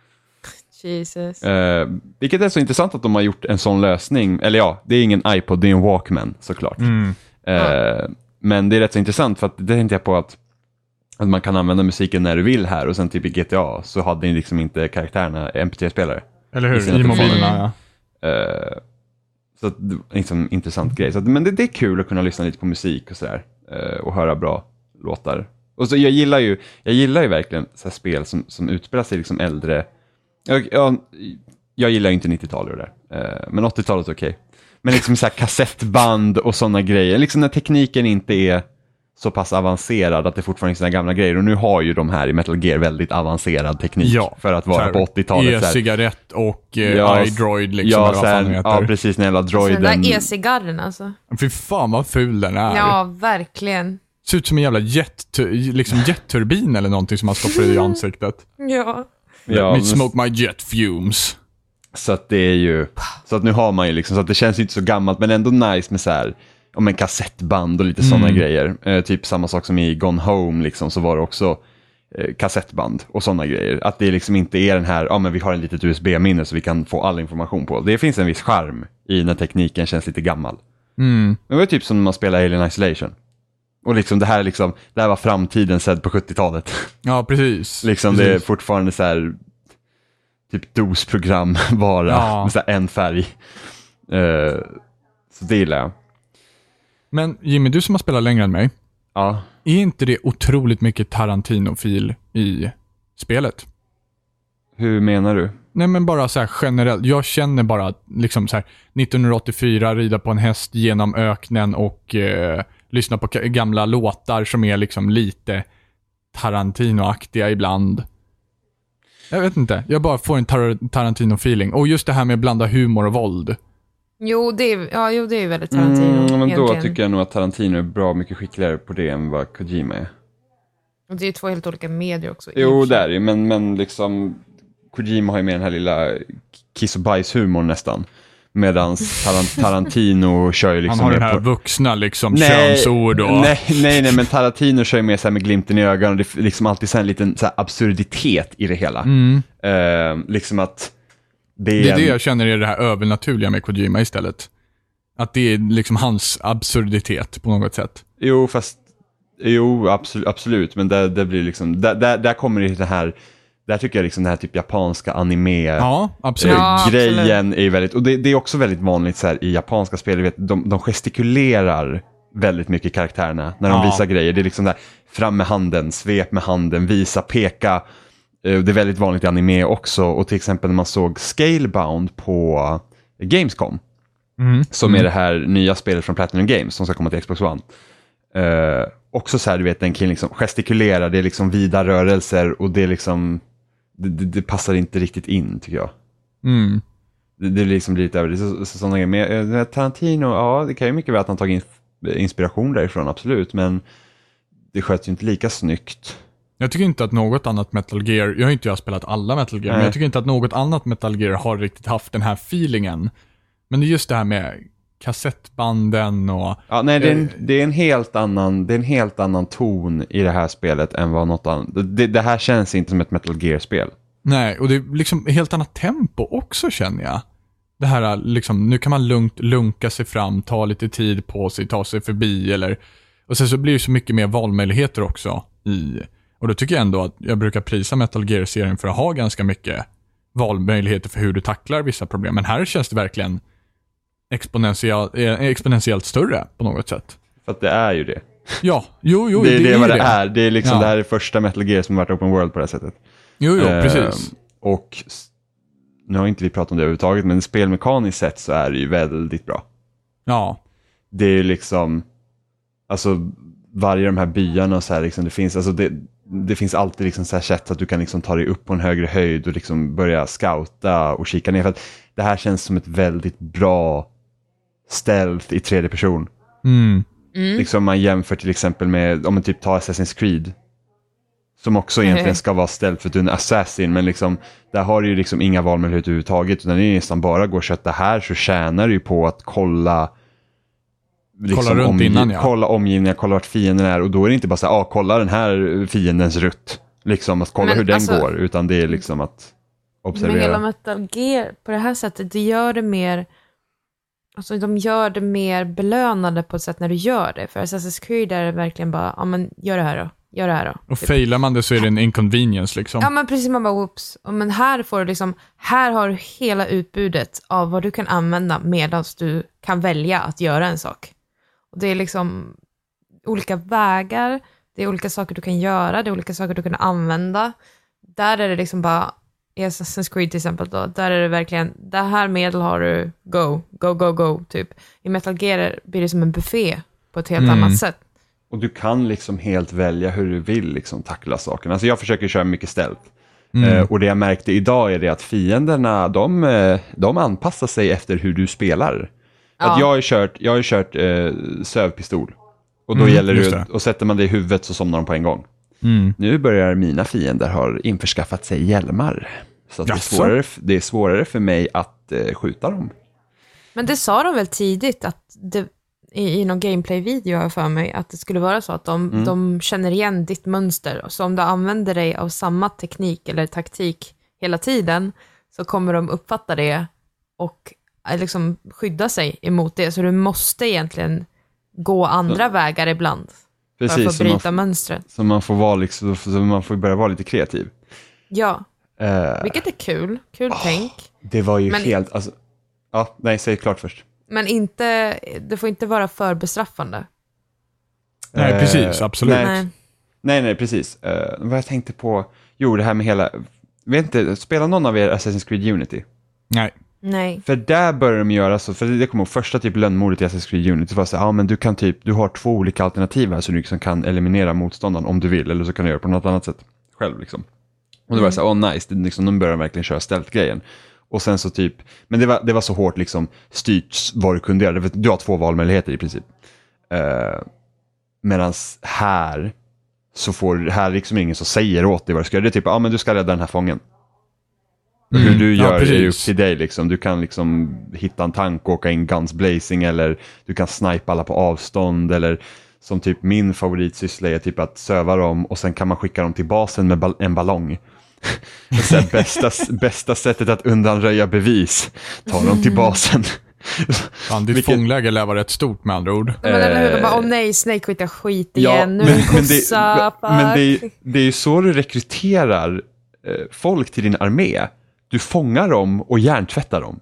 Jesus. Uh, vilket är så intressant att de har gjort en sån lösning. Eller ja, det är ingen iPod, det är en Walkman såklart. Mm. Uh, men det är rätt så intressant för att det tänkte jag på att, att man kan använda musiken när du vill här. Och sen typ i G T A så hade ni liksom inte karaktärerna M P tre-spelare. Eller I hur? sina I telefoner. mobilerna, ja. Uh, så att, det var liksom intressant grej. Så att, men det, det är kul att kunna lyssna lite på musik och sådär. Uh, och höra bra låtar. Och så jag gillar ju, jag gillar ju verkligen så här spel som, som utspelar sig liksom äldre. Jag, jag, jag gillar ju inte nittiotalet och det där. Uh, men åttiotalet är okej. Men liksom så här kassettband och sådana grejer. Liksom när tekniken inte är så pass avancerad att det fortfarande är såna gamla grejer. Och nu har ju de här i Metal Gear väldigt avancerad teknik Ja, för att vara så här, på åttiotalet. så här. E-cigarett och eh, Ja, iDroid liksom, Ja, eller så vad fan här, det heter. ja, precis, den jävla Så den droiden. där e-cigarren alltså. Fy fan vad ful den är. Ja, verkligen. Ser ut som en jävla jet, liksom jetturbin eller någonting som man stoppar i ansiktet. Ja. Ja, Me men- smoke my jet fumes. Så att det är ju, så att nu har man ju liksom, så att det känns ju inte så gammalt men ändå nice med så här, om en kassettband och lite sådana Mm. grejer. Eh, typ samma sak som i Gone Home liksom, så var det också eh, kassettband och sådana grejer. Att det liksom inte är den här, ja men vi har en litet U S B-minne så vi kan få all information på. Det finns en viss charm i när tekniken känns lite gammal. Mm. Men det var typ som när man spelar Alien Isolation. Och liksom det här, liksom, det här var framtiden sedd på sjuttiotalet. Ja, precis. liksom precis. det är fortfarande så här typ dos-program bara Ja. med så här en färg. Uh, så det gillar jag. Men Jimmy, du som har spelat längre än mig, Ja. är inte det otroligt mycket Tarantino-fil i spelet? Hur menar du? Nej, men bara så här generellt. Jag känner bara att, liksom så här nittonhundraåttiofyra, rida på en häst genom öknen och eh, lyssna på ka- gamla låtar som är liksom lite Tarantino-aktiga ibland. Jag vet inte. Jag bara får en tar- Tarantino-feeling. Och just det här med att blanda humor och våld. Jo, det är, ja, jo, det är ju väldigt Tarantino. Mm, men då egentligen. tycker jag nog att Tarantino är bra mycket skickligare på det än vad Kojima är. Och det är ju två helt olika medier också. Jo, det är det, men, men liksom Kojima har ju med den här lilla kiss och bajshumor nästan. Medan Tarant- Tarantino kör ju liksom Han har den mer här på... vuxna liksom Nej, könsord och... nej, nej, nej, men Tarantino kör ju mer så här med glimten i ögonen och det är liksom alltid så här en liten så här absurditet i det hela. Mm. Eh, liksom att det är, Det är det en- jag känner är det här övernaturliga med Kojima istället. Att det är liksom hans absurditet på något sätt. Jo, fast jo, absolut, absolut men det, det blir liksom där, där, där kommer det det här. Där tycker jag liksom det här typ japanska anime Ja, absolut. Ja. grejen är ju väldigt, och det, det är också väldigt vanligt så här i japanska spel, du vet, de, de gestikulerar väldigt mycket karaktärerna när de Ja. visar grejer. Det är liksom där fram med handen, svep med handen, visa, peka. Eh, Det är väldigt vanligt i anime också, och till exempel när man såg Scalebound på Gamescom, Mm. som är det här nya spelet från Platinum Games som ska komma till Xbox One. Uh, också så här, du vet, den killen liksom gestikulerar, det är liksom vida rörelser och det är liksom, det, det, det passar inte riktigt in tycker jag. Mm. Det, det liksom blir lite över. Så, så, sådana med Tarantino, ja det kan ju mycket väl att han tagit inspiration därifrån, absolut, men det sköts ju inte lika snyggt. Jag tycker inte att något annat Metal Gear, jag har inte jag spelat alla Metal Gear, Nej. men jag tycker inte att något annat Metal Gear har riktigt haft den här feelingen. Men det är just det här med kassettbanden och... Ja, nej, det är, en, det är en helt annan det är en helt annan ton i det här spelet än vad något annat... Det, det här känns inte som ett Metal Gear-spel. Nej, och det är liksom helt annat tempo också, känner jag. Det här liksom, nu kan man lugnt lunka sig fram, ta lite tid på sig, ta sig förbi eller... Och sen så blir det så mycket mer valmöjligheter också i... Och då tycker jag ändå att jag brukar prisa Metal Gear-serien för att ha ganska mycket valmöjligheter för hur du tacklar vissa problem. Men här känns det verkligen exponentiell, exponentiellt större på något sätt. För att det är ju det. Ja, jo, jo. Det är det, det, vad det, det är. Det är liksom ja. Det här är första Metal Gear som har varit open world på det här sättet. Jo, jo, eh, precis. Och nu har inte vi pratat om det överhuvudtaget, men spelmekaniskt sett så är det ju väldigt bra. Ja. Det är ju liksom, alltså varje de här byarna och så här liksom, det finns, alltså det, det finns alltid liksom så här sätt att du kan liksom ta dig upp på en högre höjd och liksom börja scouta och kika ner, för att det här känns som ett väldigt bra stealth i tredje person. Mm. Mm. Liksom man jämför till exempel med, om man typ tar Assassin's Creed, som också egentligen ska vara stealth för att du är en assassin, men liksom där har du ju liksom inga valmöjligheter överhuvudtaget, utan det är nästan bara gå och kötta. Här så tjänar du ju på att kolla liksom kolla runt omgiv- innan, ja. kolla omgivningen, kolla vart fienden är, och då är det inte bara så här, ah, kolla den här fiendens rutt, liksom att kolla Men hur den alltså, går, utan det är liksom att observera. Men hela Metal Gear på det här sättet, det gör det mer, alltså de gör det mer belönande på ett sätt när du gör det. För Assassin's Creed är det verkligen bara, ja men gör det här då, gör det här då. Och typ. failar man det så är det en inconvenience liksom. Ja men precis, man bara whoops. Men här får du liksom, här har du hela utbudet av vad du kan använda medan du kan välja att göra en sak. Och det är liksom olika vägar, det är olika saker du kan göra, det är olika saker du kan använda. Där är det liksom bara, i Assassin's Creed till exempel då, där är det verkligen, det här medel har du, go, go, go, go, typ. I Metal Gear blir det som en buffé på ett helt Mm. annat sätt. Och du kan liksom helt välja hur du vill liksom tackla sakerna. Alltså jag försöker köra mycket stealth. Mm. Eh, och det jag märkte idag är det att fienderna, de, eh, de anpassar sig efter hur du spelar. Ja. Att jag har ju kört, jag har ju kört eh, sövpistol. Och då Mm, gäller just det, det. och sätter man det i huvudet så somnar de på en gång. Mm. Nu börjar mina fiender ha införskaffat sig hjälmar. Så att det, är Jaså? svårare, det är svårare för mig att eh, skjuta dem. Men det sa de väl tidigt att det, i, i någon gameplay-video har jag för mig, att det skulle vara så att de, Mm. de känner igen ditt mönster. Så om du använder dig av samma teknik eller taktik hela tiden så kommer de uppfatta det och eh, liksom skydda sig emot det. Så du måste egentligen gå andra Så, vägar ibland för precis, att få så man, bryta mönstret. så man får vara liksom, så man får börja vara lite kreativ. Ja, Eh, vilket är kul. Kul tänk. det var ju Men- helt, alltså, ja, nej, säg klart först. Men inte, det får inte vara för bestraffande. Nej, Eh, precis, absolut. nej. Nej. Nej, nej, precis. Uh, vad jag tänkte på, jo, det här med hela, vet inte, spelar någon av er Assassin's Creed Unity? Nej. Nej. För där börjar de göra så, för det kommer ihåg första typ lönnmordet i Assassin's Creed Unity, var så ja men du kan typ, du har två olika alternativ här så du liksom kan eliminera motståndaren om du vill, eller så kan du göra på något annat sätt själv liksom. Och det var så här, åh nice, det, liksom, de börjar verkligen köra stealth-grejen. Och sen så typ, men det var, det var så hårt liksom styrt vad du kunde göra, du har två valmöjligheter i princip. Uh, medans här så får här liksom ingen som säger åt dig vad du ska göra. Det är typ, ja men du ska rädda den här fången. Och hur Mm. du Ja, gör är upp precis. till dig liksom. Du kan liksom hitta en tank och åka in guns blazing, eller du kan snipa alla på avstånd, eller som typ min favoritsyssla är typ att söva dem och sen kan man skicka dem till basen med ba- en ballong. Så här, bästa, bästa sättet att undanröja bevis, ta dem till basen. Fan, ditt Vilket- fångläge lär vara rätt stort med andra ord. Ja, men eller hur? De bara, Eh, åh nej, Snake skiter skit Ja, igen, nu men, är det men, kossa, det, fuck. men det, är- det är ju så du rekryterar eh, folk till din armé. Du fångar dem och hjärntvättar dem.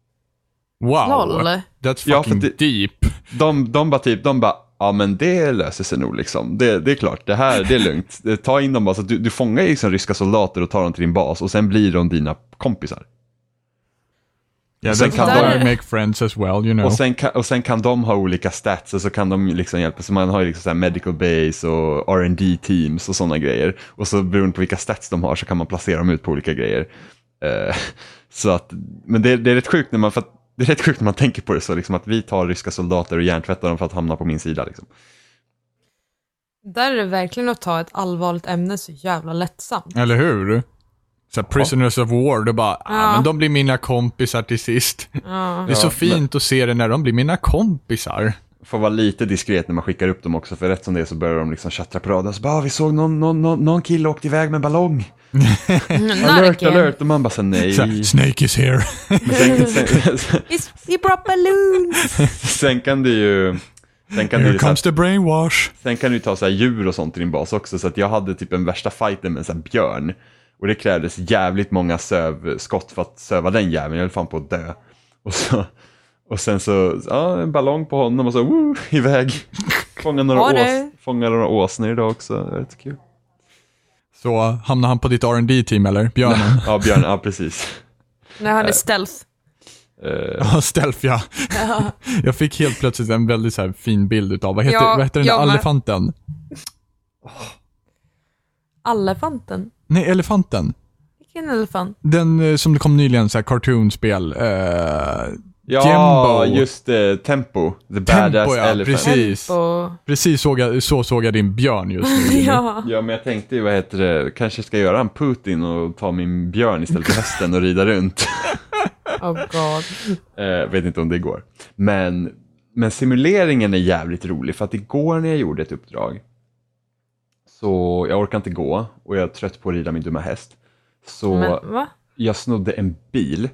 Wow. Lol. That's Ja, för fucking det- deep. De, de bara typ, de bara, ja men det löser sig nog liksom. Det, det är klart, det här, det är lugnt. Ta in dem bara, så att du, du fångar liksom ryska soldater och tar dem till din bas och sen blir de dina kompisar. Yeah, sen that's kan how de, I make friends as well, you know. och, sen kan, och sen kan de ha olika stats och så kan de liksom hjälpa. Så man har ju liksom så här medical base och R and D teams och sådana grejer. Och så beroende på vilka stats de har så kan man placera dem ut på olika grejer. Uh, så att, men det, det är rätt sjukt när man, för att, det är rätt sjukt när man tänker på det så liksom att vi tar ryska soldater och hjärntvättar dem för att hamna på min sida liksom. Där är det verkligen att ta ett allvarligt ämne så jävla lättsamt. Eller hur? Så här, prisoners of war, då bara, ja. ah, men de blir mina kompisar till sist. Ja. Det är så Ja, fint men... att se det när de blir mina kompisar. Får vara lite diskret när man skickar upp dem också, för rätt som det är så börjar de liksom chattra på raden. Så bara, ah, vi såg någon, någon, någon, någon kille åkte iväg med en ballong. alert, alert. Och man bara, så nej. Så, Snake is here. sen, sen, sen, he brought balloons. sen kan det ju... Sen kan Here du, comes så the brainwash. Sen kan du ta så här djur och sånt i din bas också. Så att jag hade typ en värsta fighten med en sån här björn. Och det krävdes jävligt många sövskott för att söva den jäveln. Jag höll fan på att dö. Och, så, och sen så, ja, en ballong på honom och så, woo, iväg. Fånga några, ås, fånga några åsnor idag också. Det är rätt kul. Så hamnar han på ditt R and D-team eller? Björnen? Ja, björn, ja precis. Nej, han är stealth. Uh, Ja, stealth, ja. Ja. Jag fick helt plötsligt en väldigt så här fin bild utav, vad heter, Ja, vad heter den där jag med. elefanten? Elefanten? Nej, elefanten. Vilken elefant? Den eh, som det kom nyligen, så här cartoonspel. Uh, ja, Jumbo. just det, Tempo. The Tempo, Badass ja, Elephant. precis. Tempo. Precis såg jag, så såg jag din björn just nu. Ja. Ja, men jag tänkte ju, vad heter det, kanske ska göra en Putin och ta min björn istället för hästen och rida runt. Oh god. eh, vet inte om det går. Men, men simuleringen är jävligt rolig, för att igår när jag gjorde ett uppdrag så jag orkar inte gå och jag är trött på att rida min dumma häst. Så Men, va? jag snodde en bil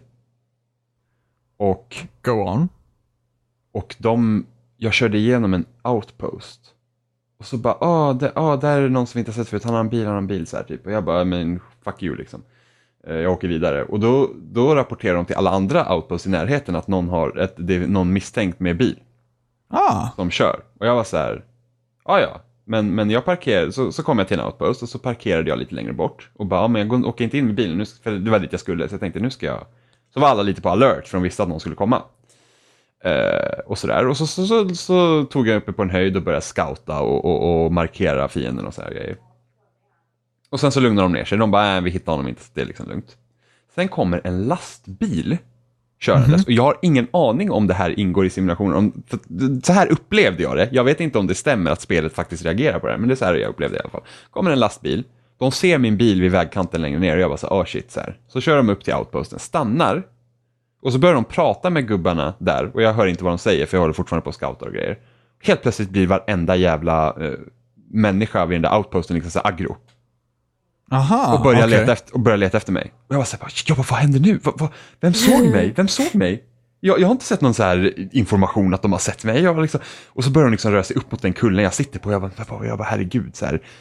och, Go on. och de, jag körde igenom en outpost. Och så bara, ah, det, ah, där är det någon som vi inte har sett förut. Han har en bil, han har en bil så här typ. Och jag bara, men fuck you liksom. Eh, jag åker vidare. Och då, då rapporterar de till alla andra outposts i närheten att någon har ett, det är någon misstänkt med bil Ah. som kör. Och jag var så här, ah, ja, men, men jag parkerade, så, så kom jag till en outpost och så parkerade jag lite längre bort. Och bara, ah, men jag går, åker inte in med bilen, nu, för det var dit jag skulle. Så jag tänkte, nu ska jag, så var alla lite på alert för de visste att någon skulle komma. Uh, och sådär. Och så, så, så, så tog jag uppe på en höjd och började scouta och, och, och markera fienden och så här grejer. Och sen så lugnar de ner sig. De bara, äh, vi hittar honom inte, det är liksom lugnt. Sen kommer en lastbil körandes. Mm-hmm. Och jag har ingen aning om det här ingår i simulationen. Om, för, så här upplevde jag det. Jag vet inte om det stämmer att spelet faktiskt reagerar på det här, men det är så här jag upplevde det i alla fall. Kommer en lastbil. De ser min bil vid vägkanten längre ner och jag bara så här, oh shit, så här. Så kör de upp till outposten, stannar. Och så börjar de prata med gubbarna där. Och jag hör inte vad de säger, för jag håller fortfarande på att scouta och grejer. Helt plötsligt blir varenda jävla eh, människa vid den där outposten liksom så här aggro. Aha, och, börjar okay. leta efter, och börjar leta efter mig. Och jag var så här, ja, vad händer nu? Va, va, vem såg mig? Vem såg mig? Jag, jag har inte sett någon så här information att de har sett mig. Jag liksom, och så börjar de liksom röra sig upp mot den kullen jag sitter på. Jag bara, jag bara herregud, så här...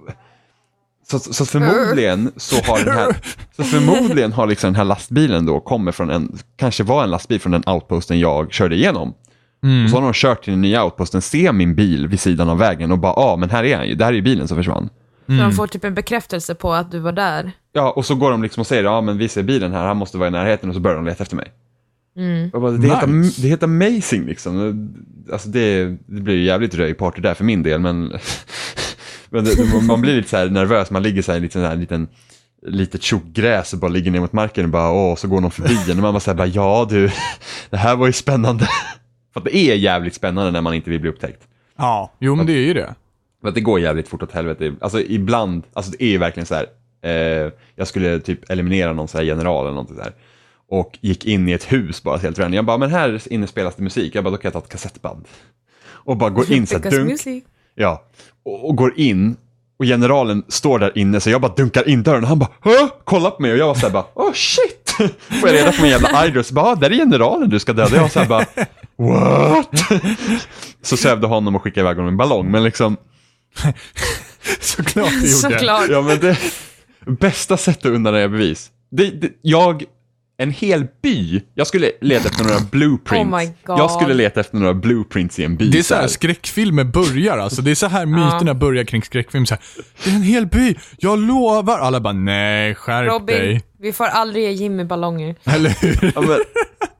Så, så förmodligen så har den här så förmodligen har liksom den här lastbilen då kommer från en, kanske var en lastbil från den outposten jag körde igenom. Mm. Och så har de kört till den nya outposten, ser min bil vid sidan av vägen och bara, ja ah, men här är han ju, det här är ju bilen som försvann. Mm. Så de får typ en bekräftelse på att du var där. Ja, och så går de liksom och säger, ja men vi ser bilen här, han måste vara i närheten, och så börjar de leta efter mig. Mm. Och bara, det, nice. heter, det heter amazing liksom. Alltså det, det blir ju jävligt röjparty där för min del, men... Men det, man blir lite så här nervös, man ligger så här, lite så här liten litet tjockgräs och bara ligger ner mot marken och bara, åh, så går någon förbi en och man bara säger, ja du, det här var ju spännande. För att det är jävligt spännande när man inte vill bli upptäckt. Ja, jo men det är ju det. För att det går jävligt fort åt helvete. Alltså ibland, alltså det är ju verkligen så här, eh, jag skulle typ eliminera någon så här general eller något så här. Och gick in i ett hus bara helt random. Jag bara, men här inne spelas det musik. Jag bara, då kan jag ta ett kassettband. Och bara går in så här, dunk. Music. Ja, och, och går in och generalen står där inne, så jag bara dunkar in dörren och han bara, hå? Kollar på mig och jag var så här bara, oh shit. Får jag reda på min jävla idol, bara, där är generalen du ska döda. Jag var så här bara, what? Så sövde honom och skickade iväg honom en ballong, men liksom såklart det gjorde. Såklart. Ja, men det bästa sättet att undanröja bevis. Det, det, jag En hel by. Jag skulle leta efter några blueprints. Oh my God. Jag skulle leta efter några blueprints i en by. Det är så här skräckfilmer börjar. Alltså. Det är så här myterna börjar kring skräckfilm. Så här, det är en hel by. Jag lovar. Alla bara, nej, skärp Robin, dig. vi får aldrig ge Jimmy ballonger. Eller hur? Ja, men,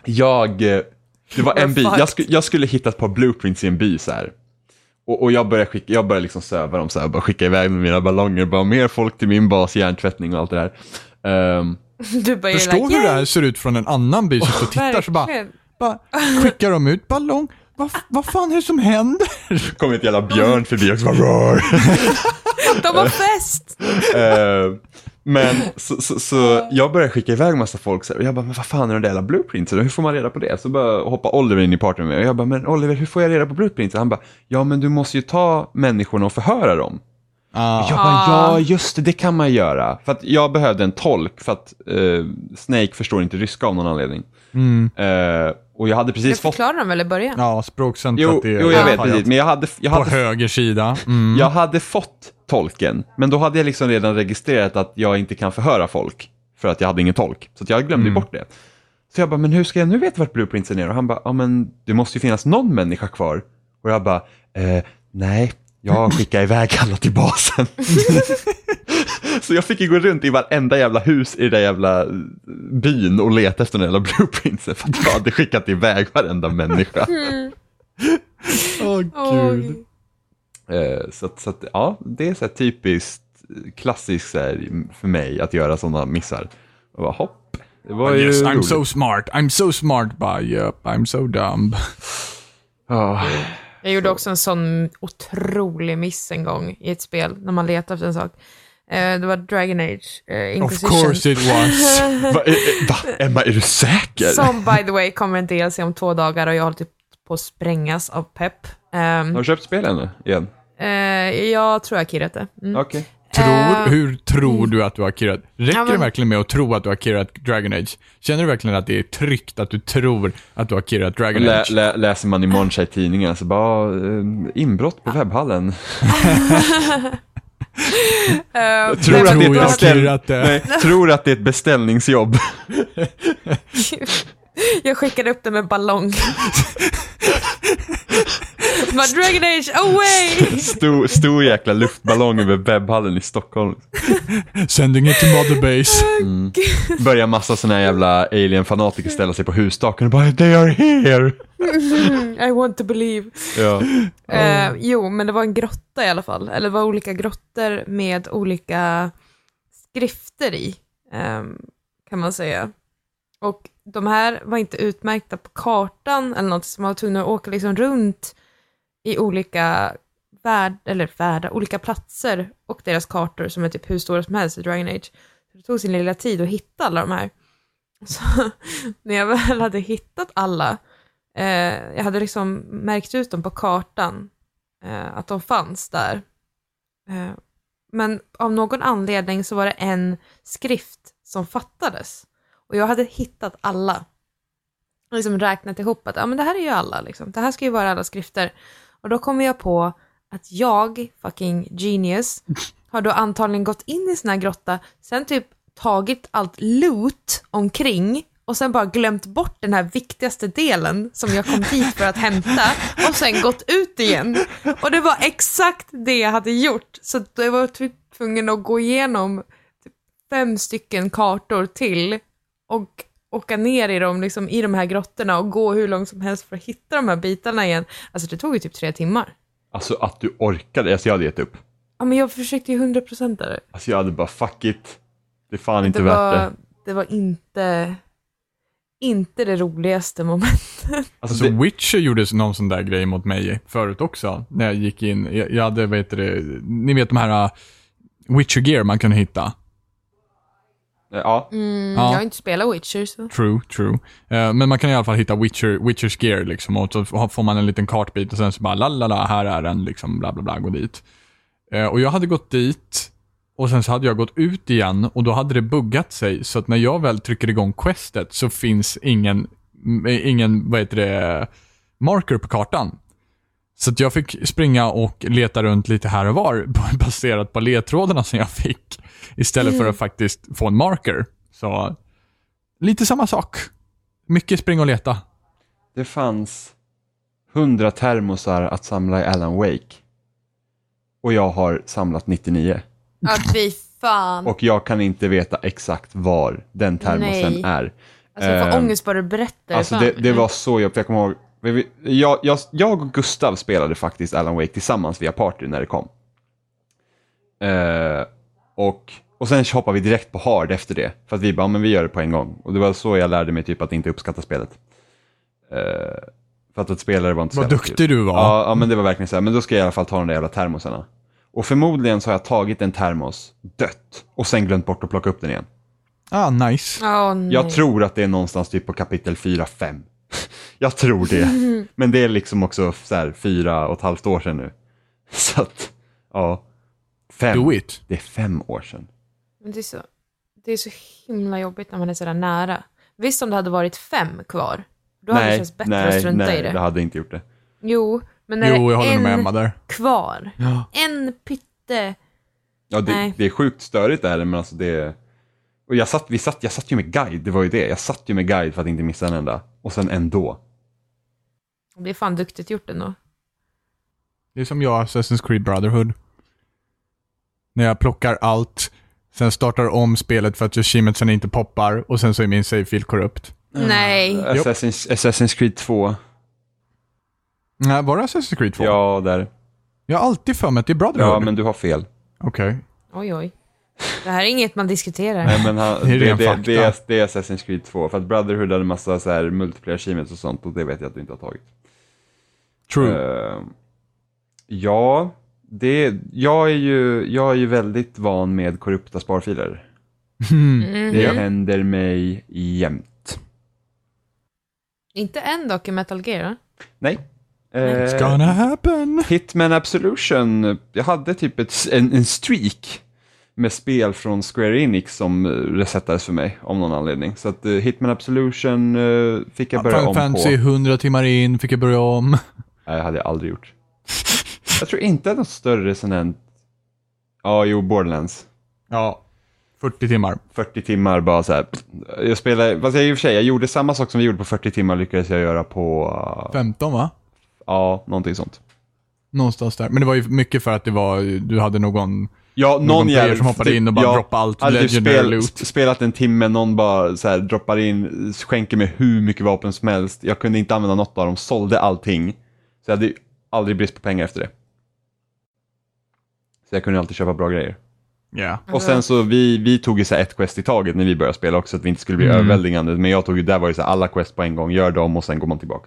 Jag, det var en by, jag, sk- jag skulle hitta ett par blueprints i en by så här. Och, och jag började skicka, jag började liksom söva dem så här, bara skicka iväg med mina ballonger, bara mer folk till min bas, hjärntvättning och allt det där. Um, du bara Förstår like, hur det här ser ut från en annan by som och tittar så bara, bara skickar de ut ballong. Vad, vad fan är det som händer? Kommer ett jävla björn förbi och så bara rör. De har fest! uh, men så, så, så jag började skicka iväg massa folk så här, och jag bara, men vad fan är de där jävla blueprints? Hur får man reda på det? Så bara hoppa Oliver in i partyn med och jag bara, men Oliver, hur får jag reda på blueprints? Han bara, ja men du måste ju ta människorna och förhöra dem. Ah. Jag bara, ja just det, det kan man göra. För att jag behövde en tolk för att uh, Snake förstår inte ryska av någon anledning. Mm. Uh, och jag hade precis jag fått... förklarar dem väl i början? Ja, språkcentrat jo, är... jo, jag vet precis, men jag hade... Jag på hade, höger sida. Mm. Jag hade fått tolken, men då hade jag liksom redan registrerat att jag inte kan förhöra folk. För att jag hade ingen tolk. Så att jag glömde Mm. bort det. Så jag bara, men hur ska jag nu veta vart blueprintsen är? Och han bara, ja men det måste ju finnas någon människa kvar. Och jag bara, eh, nej, jag skickar iväg alla till basen. Så jag fick ju gå runt i varenda jävla hus i den där jävla byn och leta efter den jävla blueprintsen. För att jag hade skickat iväg varenda människa. Åh oh, gud. Eh, så, att, så att, ja, det är så här typiskt klassiskt så här, för mig att göra sådana missar. Och bara, hopp. Det var ju yes, I'm roligt. so smart. I'm so smart, but yep, I'm so dumb. Oh. Jag gjorde också en sån otrolig miss en gång i ett spel när man letar efter en sak. Eh, det var Dragon Age eh, Inquisition. Of course it was. va, är, va, Emma, är du säker? Som by the way kommer en D L C om två dagar och jag håller typ på att sprängas av pepp. Um, Har du köpt spelen nu igen? Eh, jag tror jag har kirrat det. Mm. Okej. Okay. Tror, Uh, hur tror du att du har kirrat? Räcker ja, men, det verkligen med att tro att du har kirrat Dragon Age? Känner du verkligen att det är tryggt att du tror att du har kirrat Dragon lä, Age? Lä, läser man i morgon i tidningen så bara uh, inbrott på webbhallen. uh, tror, att det är jag beställ... det. Nej, tror att det är ett beställningsjobb. Jag skickade upp det med ballong. Men Dragon Age, away! Stor, stor jäkla luftballong över webbhallen i Stockholm. Sending it to Mother Base. Mm. Börjar massa såna här jävla alien-fanatiker ställa sig på husstaken och bara, they are here! I want to believe. Ja. Uh, jo, men det var en grotta i alla fall. Eller det var olika grottor med olika skrifter i, um, kan man säga. Och de här var inte utmärkta på kartan eller något, som man var tvungen att åka liksom runt i olika värld, eller världar, olika platser och deras kartor som är typ hur stora som helst i Dragon Age. Så det tog sin lilla tid att hitta alla de här. Så när jag väl hade hittat alla, eh, jag hade liksom märkt ut dem på kartan, eh, att de fanns där. Eh, men av någon anledning så var det en skrift som fattades. Och jag hade hittat alla. Och liksom räknat ihop att ja, men det här är ju alla. Liksom. Det här ska ju vara alla skrifter. Och då kommer jag på att jag, fucking genius, har då antagligen gått in i sån här grotta, sen typ tagit allt loot omkring och sen bara glömt bort den här viktigaste delen som jag kom hit för att hämta och sen gått ut igen. Och det var exakt det jag hade gjort. Så jag var tvungen att gå igenom typ fem stycken kartor till och åka ner i dem, liksom, i de här grottorna och gå hur långt som helst för att hitta de här bitarna igen. Alltså det tog ju typ tre timmar. Alltså att du orkade, alltså jag hade gett upp. Ja, men jag försökte ju hundra procent där. Alltså jag hade bara, fuck it. Det är fan inte det värt var, det. Det var inte, inte det roligaste momentet. Alltså det... Witcher gjorde någon sån där grej mot mig förut också. När jag gick in, jag, jag hade, vad heter det, ni vet de här uh, Witcher gear man kunde hitta. Ja. Mm, ja. Jag har inte spelat Witcher så. True, true. Uh, men man kan i alla fall hitta Witcher, Witchers gear liksom, och så får man en liten kartbit och sen så bara lalala, här är den liksom, bla bla bla, gå dit. Uh, och jag hade gått dit och sen så hade jag gått ut igen och då hade det buggat sig så att när jag väl trycker igång questet så finns ingen, ingen vad heter det, marker på kartan. Så att jag fick springa och leta runt lite här och var baserat på ledtrådarna som jag fick istället för att faktiskt få en marker. Så lite samma sak. Mycket spring och leta. Det fanns hundra termosar att samla i Alan Wake. Och jag har samlat nittionio. Ja, fy fan. Och jag kan inte veta exakt var den termosen Nej. är. Alltså jag får Eh, ångest bara du berättar. Alltså det, det var så jobbigt. Jag kommer ihåg, jag, jag, jag och Gustav spelade faktiskt Alan Wake tillsammans via party när det kom. Eh, och, och sen hoppade vi direkt på hard efter det. För att vi bara, men vi gör det på en gång. Och det var så jag lärde mig typ att inte uppskatta spelet. Eh, för att ett spelare var inte så Vad jävla duktig kul. du var. Ja, ja, men det var verkligen så här. Men då ska jag i alla fall ta de där jävla termosarna. Och förmodligen så har jag tagit en termos, dött. Och sen glömt bort att plocka upp den igen. Ah, nice. Oh, nej. Jag tror att det är någonstans typ på kapitel fyra fem. Jag tror det. Men det är liksom också så här fyra och ett halvt år sedan nu. Så att, ja. Fem. Do it. Det är fem år sedan. Men det är så, det är så himla jobbigt när man är sådär nära. Visst om det hade varit fem kvar, då hade det känts bättre nej, att strunta nej, i det. det hade inte gjort det. Jo, men när Jo, jag det håller är nog med en Emma där. kvar, Ja. en pytte. Ja, det, Nej. det är sjukt störigt där, men alltså det... Och jag satt, vi satt, jag satt ju med guide, det var ju det. Jag satt ju med guide för att inte missa en enda. Och sen ändå. Det är fan duktigt gjort ändå. Det är som jag, Assassin's Creed Brotherhood. När jag plockar allt, sen startar om spelet för att achievementsen inte poppar och sen så är min save-fil korrupt. Nej. Assassin's, Assassin's Creed två. Nej, var det Assassin's Creed två? Ja, där. Jag har alltid för mig att det är Brotherhood. Ja, men du har fel. Okej. Oj, oj. Det här är inget man diskuterar. Nej, men han, Det är det, ren det, fakta. det, är, det är Assassin's Creed två. För att Brotherhood hade massa så här multiplayer achievements och sånt. Och det vet jag att du inte har tagit. True. Uh, ja, det, jag, är ju, jag är ju väldigt van med korrupta sparfiler. Mhm. Det händer mig jämt. Inte än dock i Metal Gear. Va? Nej. It's Eh, gonna happen. Hitman Absolution. Jag hade typ ett, en, en streak med spel från Square Enix som resettades för mig om någon anledning. Så att uh, Hitman Absolution uh, fick jag börja Final om Fantasy, på. hundra timmar in, fick jag börja om. Nej, det hade jag aldrig gjort. Jag tror inte att något större sån här... Ja, jo, Borderlands. Ja, fyrtio timmar. fyrtio timmar bara så här. Jag spelade, vad säger jag i och för sig, jag gjorde samma sak som vi gjorde på fyrtio timmar lyckades jag göra på... Uh, femton va? ja, någonting sånt. Någonstans där. Men det var ju mycket för att det var, du hade någon... Ja, någon, Någon player jävel som hoppade in och bara droppade allt hade typ legendary spel, loot. spelat en timme, någon bara så här droppar in, skänker mig hur mycket vapen som helst. Jag kunde inte använda något av dem, sålde allting. Så jag hade ju aldrig brist på pengar efter det. Så jag kunde alltid köpa bra grejer. Ja. Och sen så, vi, vi tog ju så här ett quest i taget när vi började spela också, så att vi inte skulle bli Mm. överväldigande. Men jag tog ju, där var ju så här, alla quest på en gång, gör dem och sen går man tillbaka.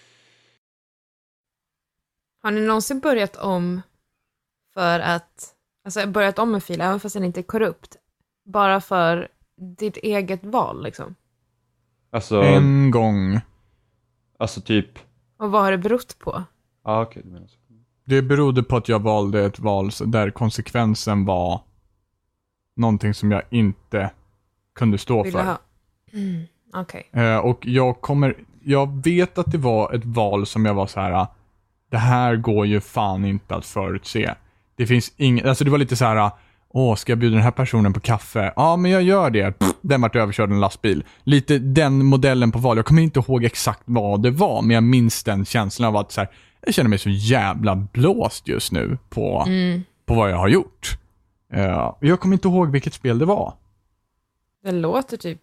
Har ni någonsin börjat om för att, alltså börjat om en fil, även fast den inte är korrupt, bara för ditt eget val liksom? Alltså, En gång. alltså typ, Och vad har det berott på? ja okej, du menar så. Det berodde på att jag valde ett val där konsekvensen var någonting som jag inte kunde stå Vill för. jag ha? Mm, okej. Eh, och jag kommer, jag vet att det var ett val som jag var så här: det här går ju fan inte att förutse. Det finns ingen, alltså det var lite så här: åh, ska jag bjuda den här personen på kaffe? Ja, men jag gör det. Pff, den vart överkörd en lastbil. Lite den modellen på val. Jag kommer inte ihåg exakt vad det var, men jag minns den känslan av att så här, jag känner mig så jävla blåst just nu på, Mm. på vad jag har gjort. Uh, jag kommer inte ihåg vilket spel det var. Det låter typ,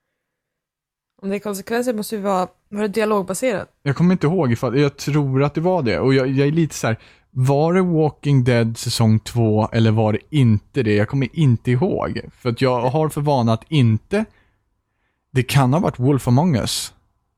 om det är konsekvenser måste ju vara, var det dialogbaserat? Jag kommer inte ihåg ifall, jag tror att det var det. Och jag, jag är lite så här: var det Walking Dead säsong två eller var det inte det? Jag kommer inte ihåg. För att jag har för vana att inte, det kan ha varit Wolf Among Us.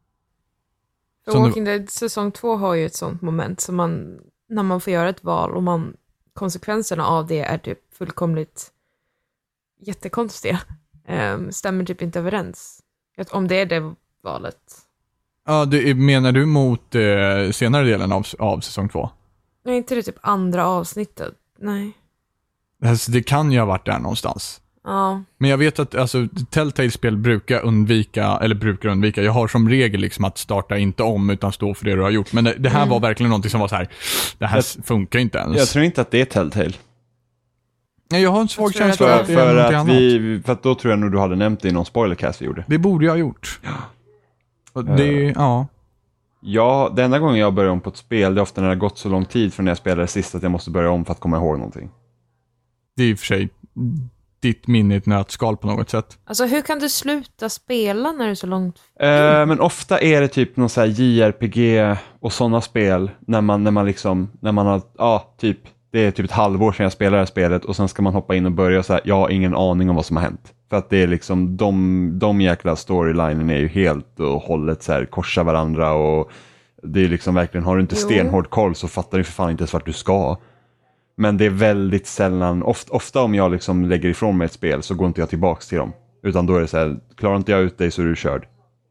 För Som Walking Dead säsong två har ju ett sånt moment som man, när man får göra ett val och man, konsekvenserna av det är typ fullkomligt jättekonstiga. Um, stämmer typ inte överens. Att om det är det valet. Ja, det, menar du mot eh, senare delen av, av säsong två? Nej, inte det typ andra avsnittet. Nej. Alltså, det kan ju ha varit där någonstans. Ja. Men jag vet att alltså, Telltale-spel brukar undvika, eller brukar undvika, jag har som regel liksom att starta inte om utan stå för det du har gjort. Men det, det här Mm. var verkligen någonting som var så här: det här Jag- funkar inte ens. Jag tror inte att det är Telltale. Nej, jag har en svag Jag tror känsla att av För, att det är för, någonting att annat. vi, för att då tror jag nog du hade nämnt det i någon spoilercast vi gjorde. Det borde jag ha gjort. Ja. Och det, ja. Ja, den enda gången jag börjar om på ett spel, det är ofta när det har gått så lång tid från när jag spelade sist att jag måste börja om för att komma ihåg någonting. Det är i och för sig ditt minne i ett nötskal på något sätt. Alltså hur kan du sluta spela när du är så långt? Eh, men ofta är det typ någon så här J R P G och sådana spel när man, när man liksom, när man har, ja typ, det är typ ett halvår sedan jag spelade det här spelet och sen ska man hoppa in och börja så här, jag har ingen aning om vad som har hänt. För att det är liksom, de, de jäkla storylinen är ju helt och hållet så här, korsar varandra och det är liksom verkligen, har du inte stenhård koll så fattar du för fan inte ens vart du ska. Men det är väldigt sällan, ofta, ofta om jag liksom lägger ifrån mig ett spel så går inte jag tillbaks till dem. Utan då är det så här, klarar inte jag ut dig så är du körd.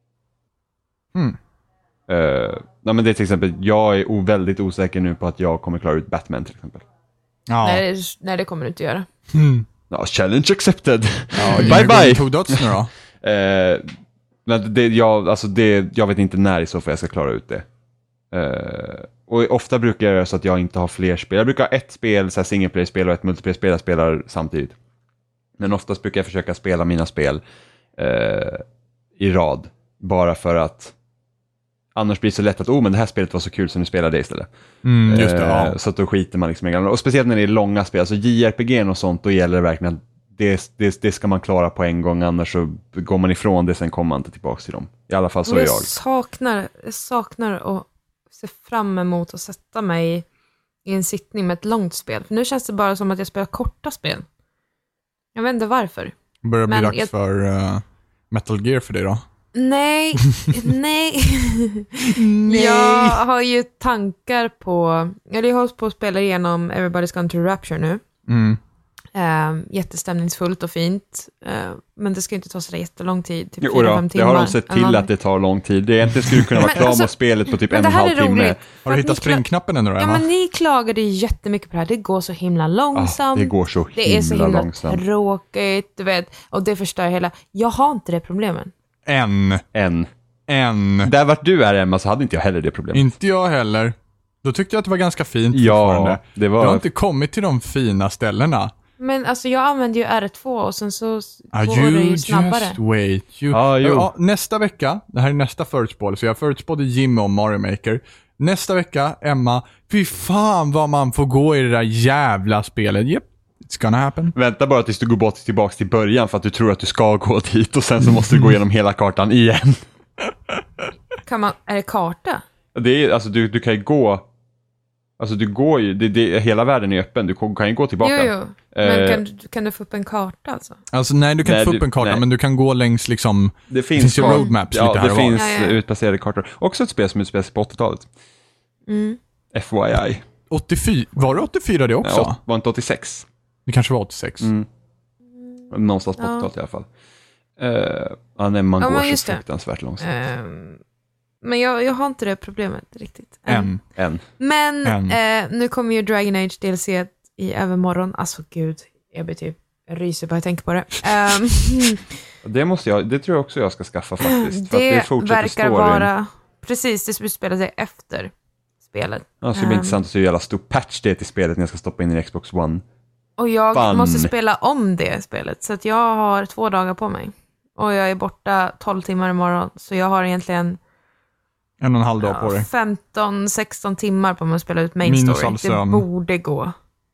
Mm. Uh, nej men det är till exempel, jag är o- väldigt osäker nu på att jag kommer klara ut Batman till exempel. Ja. Nej, det, nej, det kommer du inte göra. Mm. Ja, challenge accepted. Ja, bye bye. Tog döds nu då? uh, men det, jag, alltså det, jag vet inte när i så fall jag ska klara ut det. Uh, och ofta brukar jag göra så att jag inte har fler spel. Jag brukar ha ett spel, så här single player-spel och ett multiplayer-spel jag spelar samtidigt. Men oftast brukar jag försöka spela mina spel uh, i rad. Bara för att annars blir det så lätt att, oh men det här spelet var så kul som du spelade det istället. Mm, just det, uh, ja. Så att då skiter man liksom i gamla. Och speciellt när det är långa spel, alltså J R P G och sånt, då gäller det verkligen att det, det, det ska man klara på en gång, annars så går man ifrån det, sen kommer man inte tillbaka till dem. I alla fall så är jag jag. Saknar, jag saknar att se fram emot att sätta mig i en sittning med ett långt spel. För nu känns det bara som att jag spelar korta spel. Jag vet inte varför. Det börjar bli Men dags jag- för uh, Metal Gear för dig då. Nej, nej. Jag har ju tankar på, eller jag har hållit på att spela igenom Everybody's Gone to Rapture nu. Mm. Uh, jättestämningsfullt och fint. Uh, men det ska ju inte ta så där jättelång tid. Typ Jo, fyra, då, fem det timmar. har de sett till En att det tar lång tid. Det är egentligen skulle kunna vara Men klar alltså- med spelet på typ men en det och en här halv är timme. roligt. Har du För hittat att ni kla- springknappen ännu då, Ja, Emma? men ni klagade ju jättemycket på det här. Det går så himla Ah, långsamt. det går så Det är så himla himla långsamt. tråkigt, du vet. Och det förstör hela. Jag har inte det problemen. En. En. En. Där vart du är Emma så hade inte jag heller det problemet. Inte jag heller. Då tyckte jag att det var ganska fint Ja, fortfarande. det var- Du har inte kommit till de fina ställena. Men alltså jag använder ju R två och sen så Ah, går you det ju snabbare. just wait. You... Ah, jo. Ja, nästa vecka, det här är nästa förutspåelse, så jag förutspådde Jimmy och Mario Maker. Nästa vecka, Emma, fy fan vad man får gå i det där jävla spelet. Yep, it's gonna happen. Vänta bara tills du går bort tillbaka till början för att du tror att du ska gå dit och sen så måste du gå igenom hela kartan igen. Kan man, är det karta? Det är, alltså du, du kan ju gå, alltså du går ju, det, det, hela världen är öppen, du kan ju gå tillbaka. Jo, jo. Men Eh, kan, du- kan du få upp en karta alltså? Alltså nej, du kan Nej, inte få du- upp en karta, nej. men du kan gå längs liksom, Det finns finns, ju roadmaps ja, lite här det och var. finns Ja, ja. utplacerade kartor. Också ett spel som utspelar sig på åttiotalet. Mm. F Y I. åttiofyra, var det åttiofyra det också? Ja, var inte åttiosex? Det kanske var åttiosex. Mm. Någonstans på Ja. åttiotalet i alla fall. Uh, ja, nej, man Ja, men går just så det. fruktansvärt långsamt. Ehm, men jag, jag har inte det problemet riktigt. En. Än. Men En. eh, nu kommer ju Dragon Age D L C i övermorgon. Alltså gud, jag blir typ, jag ryser bara jag tänker på det. Ehm, Det måste jag, det tror jag också jag ska skaffa faktiskt. För att det det fortsätter verkar storyn. vara, precis, det utspelar sig efter spelet. Ja, så det blir Ehm, intressant att se hur jävla stor patch det är till spelet när jag ska stoppa in i Xbox One. Och jag Fan. måste spela om det spelet, så att jag har två dagar på mig. Och jag är borta tolv timmar imorgon, så jag har egentligen En och en halv dag på ja, dig. femton sexton timmar på mig att spela ut main Minus story. all Det sömn. borde gå.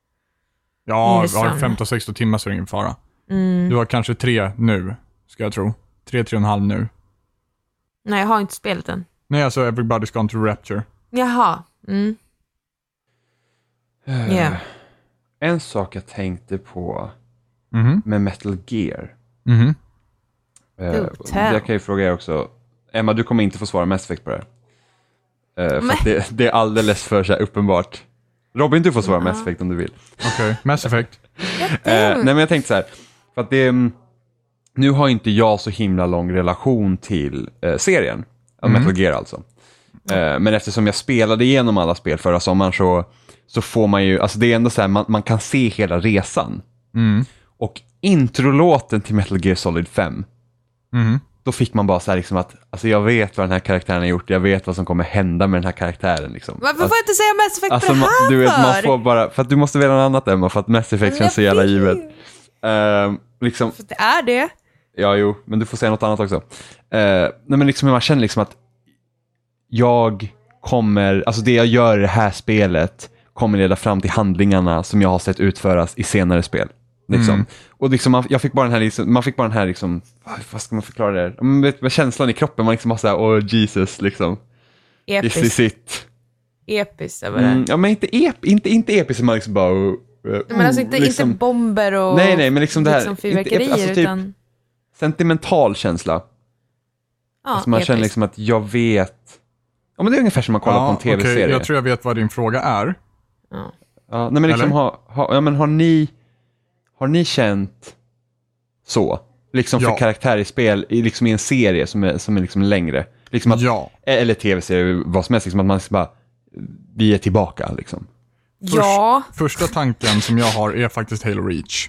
Ja, Minus jag har sömn. femton sexton timmar så är det ingen fara. Mm. Du har kanske tre nu, ska jag tro. Tre, tre och en halv nu. Nej, jag har inte spelat den. Nej, alltså Everybody's Gone to Rapture. Jaha. Mm. Eh, Ja. En sak jag tänkte på Mhm, med Metal Gear. mhm. Eh, Do tell. jag kan ju fråga er också. Emma, du kommer inte få svara Mass Effect på det här. Eh, för Men- att det, det är alldeles för så här uppenbart. Robin, du får svara Mass Effect om du vill. Okej, Mass Effect. Eh, nej men jag tänkte så här, för att det, mm, nu har inte jag så himla lång relation till eh, serien, av Mm. Metal Gear alltså. Eh, men eftersom jag spelade igenom alla spel förra sommaren så, så får man ju, alltså det är ändå så här, man, man kan se hela resan. Mm. Och introlåten till Metal Gear Solid fem, Mhm. då fick man bara så här liksom att, alltså jag vet vad den här karaktären har gjort, jag vet vad som kommer hända med den här karaktären liksom. Varför Alltså- får jag inte säga Mass Effect Alltså på det man, här du vet, man för? får bara, för att du måste välja något annat Emma, för att Mass Effect känns så jävla Jag givet. vill. Ehm, liksom, För det är det. ja jo, men du får säga något annat också. Uh, nej men liksom man känner liksom att jag kommer, alltså det jag gör i det här spelet kommer leda fram till handlingarna som jag har sett utföras i senare spel. Liksom. Mm. Och liksom man, jag fick bara den här liksom, man fick bara den här liksom, vad ska man förklara det här? Man vet, med känslan i kroppen, man liksom bara såhär, åh Jesus liksom. Episkt. This is it. Episkt över det. Mm, ja men inte, ep, inte, inte episkt som man liksom bara, uh, Men alltså inte, liksom, inte bomber och nej, nej, men liksom det här, liksom fyrverkerier, inte, alltså typ, utan... sentimental känsla. Ja, alltså man episkt. känner liksom att jag vet, ja men det är ungefär som man kollar Ja, på en tv-serie. okej, jag tror jag vet vad din fråga är. Ja. Ja, nej men liksom Eller? har, har, ja, men har ni har ni känt så? Liksom för Ja. karaktär i spel, i, liksom i en serie som är, som är liksom längre. Liksom att, Ja. eller tv-serie, vad som helst, liksom att man ska bara, vi är tillbaka liksom. Ja. Första tanken som jag har är faktiskt Halo Reach.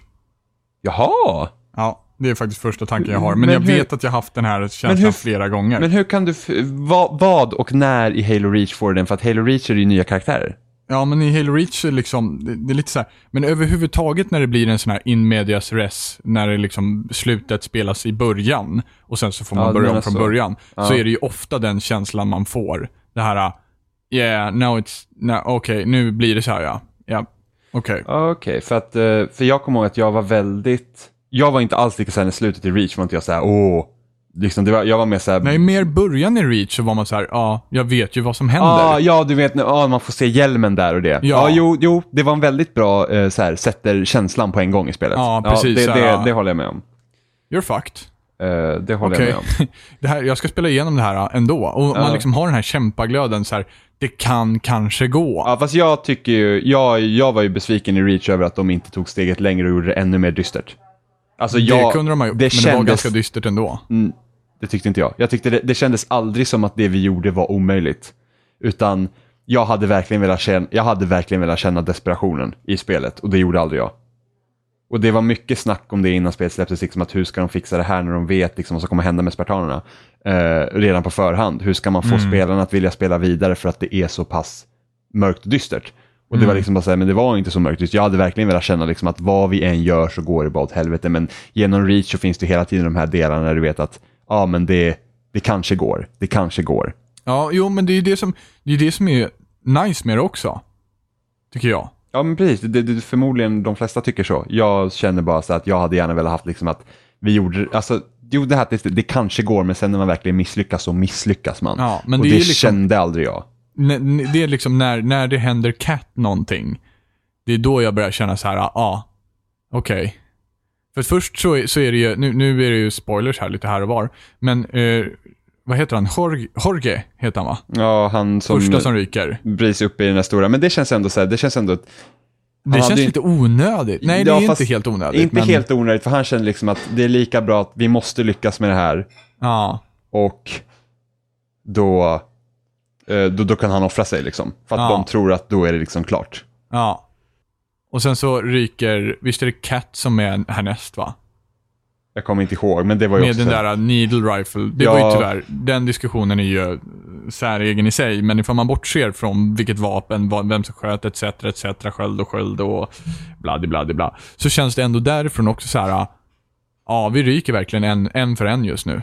Jaha! Ja, det är faktiskt första tanken jag har. Men, Men jag hur- vet att jag haft den här känslan hur- flera gånger. Men hur kan du, f- vad, vad och när i Halo Reach får du den? För att Halo Reach är ju nya karaktärer. Ja, men i Halo Reach är liksom, det, det är lite så här, men överhuvudtaget när det blir en sån här in medias res, när det liksom slutet spelas i början och sen så får man Ja, du börja om menar från så. början, Ja. så är det ju ofta den känslan man får. Det här, yeah, now it's, now, okej, okay, nu blir det så här, ja. Ja, okej. Okay. Okej, för att, eh, för jag kommer ihåg att jag var väldigt, jag var inte alls lika såhär när slutet i Reach var inte jag såhär, åh, liksom, det var, jag var mer såhär, Nej, mer början i Reach så var man så här, ja, jag vet ju vad som händer. ah, ja, du vet, ah, man får se hjälmen där och det. Ja, Ja. ah, jo, jo, det var en väldigt bra, eh, så här, sätter känslan på en gång i spelet. Ja, precis, det, så det, här, ja. det håller jag med om. You're fucked. Eh, det håller Okej. jag med om. Det här, jag ska spela igenom det här ändå. Och Ja. man liksom har den här kämpaglöden så här, det kan kanske gå. Ja, fast jag tycker ju, jag, jag var ju besviken i Reach över att de inte tog steget längre och gjorde det ännu mer dystert. Alltså jag, det kunde de ha gjort, det men kändes, det var ganska dystert ändå. Mm, det tyckte inte jag. Jag tyckte det, det kändes aldrig som att det vi gjorde var omöjligt. Utan jag hade verkligen velat känna, jag hade verkligen velat känna desperationen i spelet. Och det gjorde aldrig jag. Och det var mycket snack om det innan spelet släpptes. Liksom att hur ska de fixa det här när de vet liksom vad som kommer hända med spartanerna. Eh, redan på förhand. Hur ska man få Mm. spelarna att vilja spela vidare för att det är så pass mörkt och dystert. Och det Mm. var liksom bara så här, men det var inte så mörkt. Just jag hade verkligen velat känna liksom att vad vi än gör så går det bara åt helvete. Men genom Reach så finns det hela tiden de här delarna när du vet att ja, men det, det kanske går. Det kanske går. Ja, jo, men det är ju det som, det är det som är nice med det också. Tycker jag. Ja, men precis. Det, det, förmodligen de flesta tycker så. Jag känner bara så att jag hade gärna velat haft liksom att vi gjorde, alltså, jo, det här det, det kanske går, men sen när man verkligen misslyckas så misslyckas man. Ja, men och det det, är liksom- kände aldrig jag. N- det är liksom när, när det händer Cat någonting. Det är då jag börjar känna så här, ja, ah, okej. Okay. För först så är, så är det ju, nu, nu är det ju spoilers här lite här och var. Men, eh, vad heter han? Jorge, Jorge heter han va? Ja, han som, Första som ryker. bris upp i den här stora. Men det känns ändå så här, det känns ändå att Det han känns hade ju- lite onödigt. Nej, det Ja, är fast inte helt onödigt. Inte men, helt onödigt, för han känner liksom att det är lika bra att vi måste lyckas med det här. Ja. Och då, eh, då, då kan han offra sig liksom. För att Ja. de tror att då är det liksom klart. Ja. Och sen så ryker, visst är det Cat som är härnäst va? Jag kommer inte ihåg, men det var ju Med också den så här- där needle rifle. Det Ja. var ju tyvärr, den diskussionen är ju säregen i sig. Men ifall man bortser från vilket vapen, vad- vem som sköt, etc, etc, sköld och sköld och bladi bladi bla. Så känns det ändå därifrån också så här. Ja, vi ryker verkligen en, en för en just nu.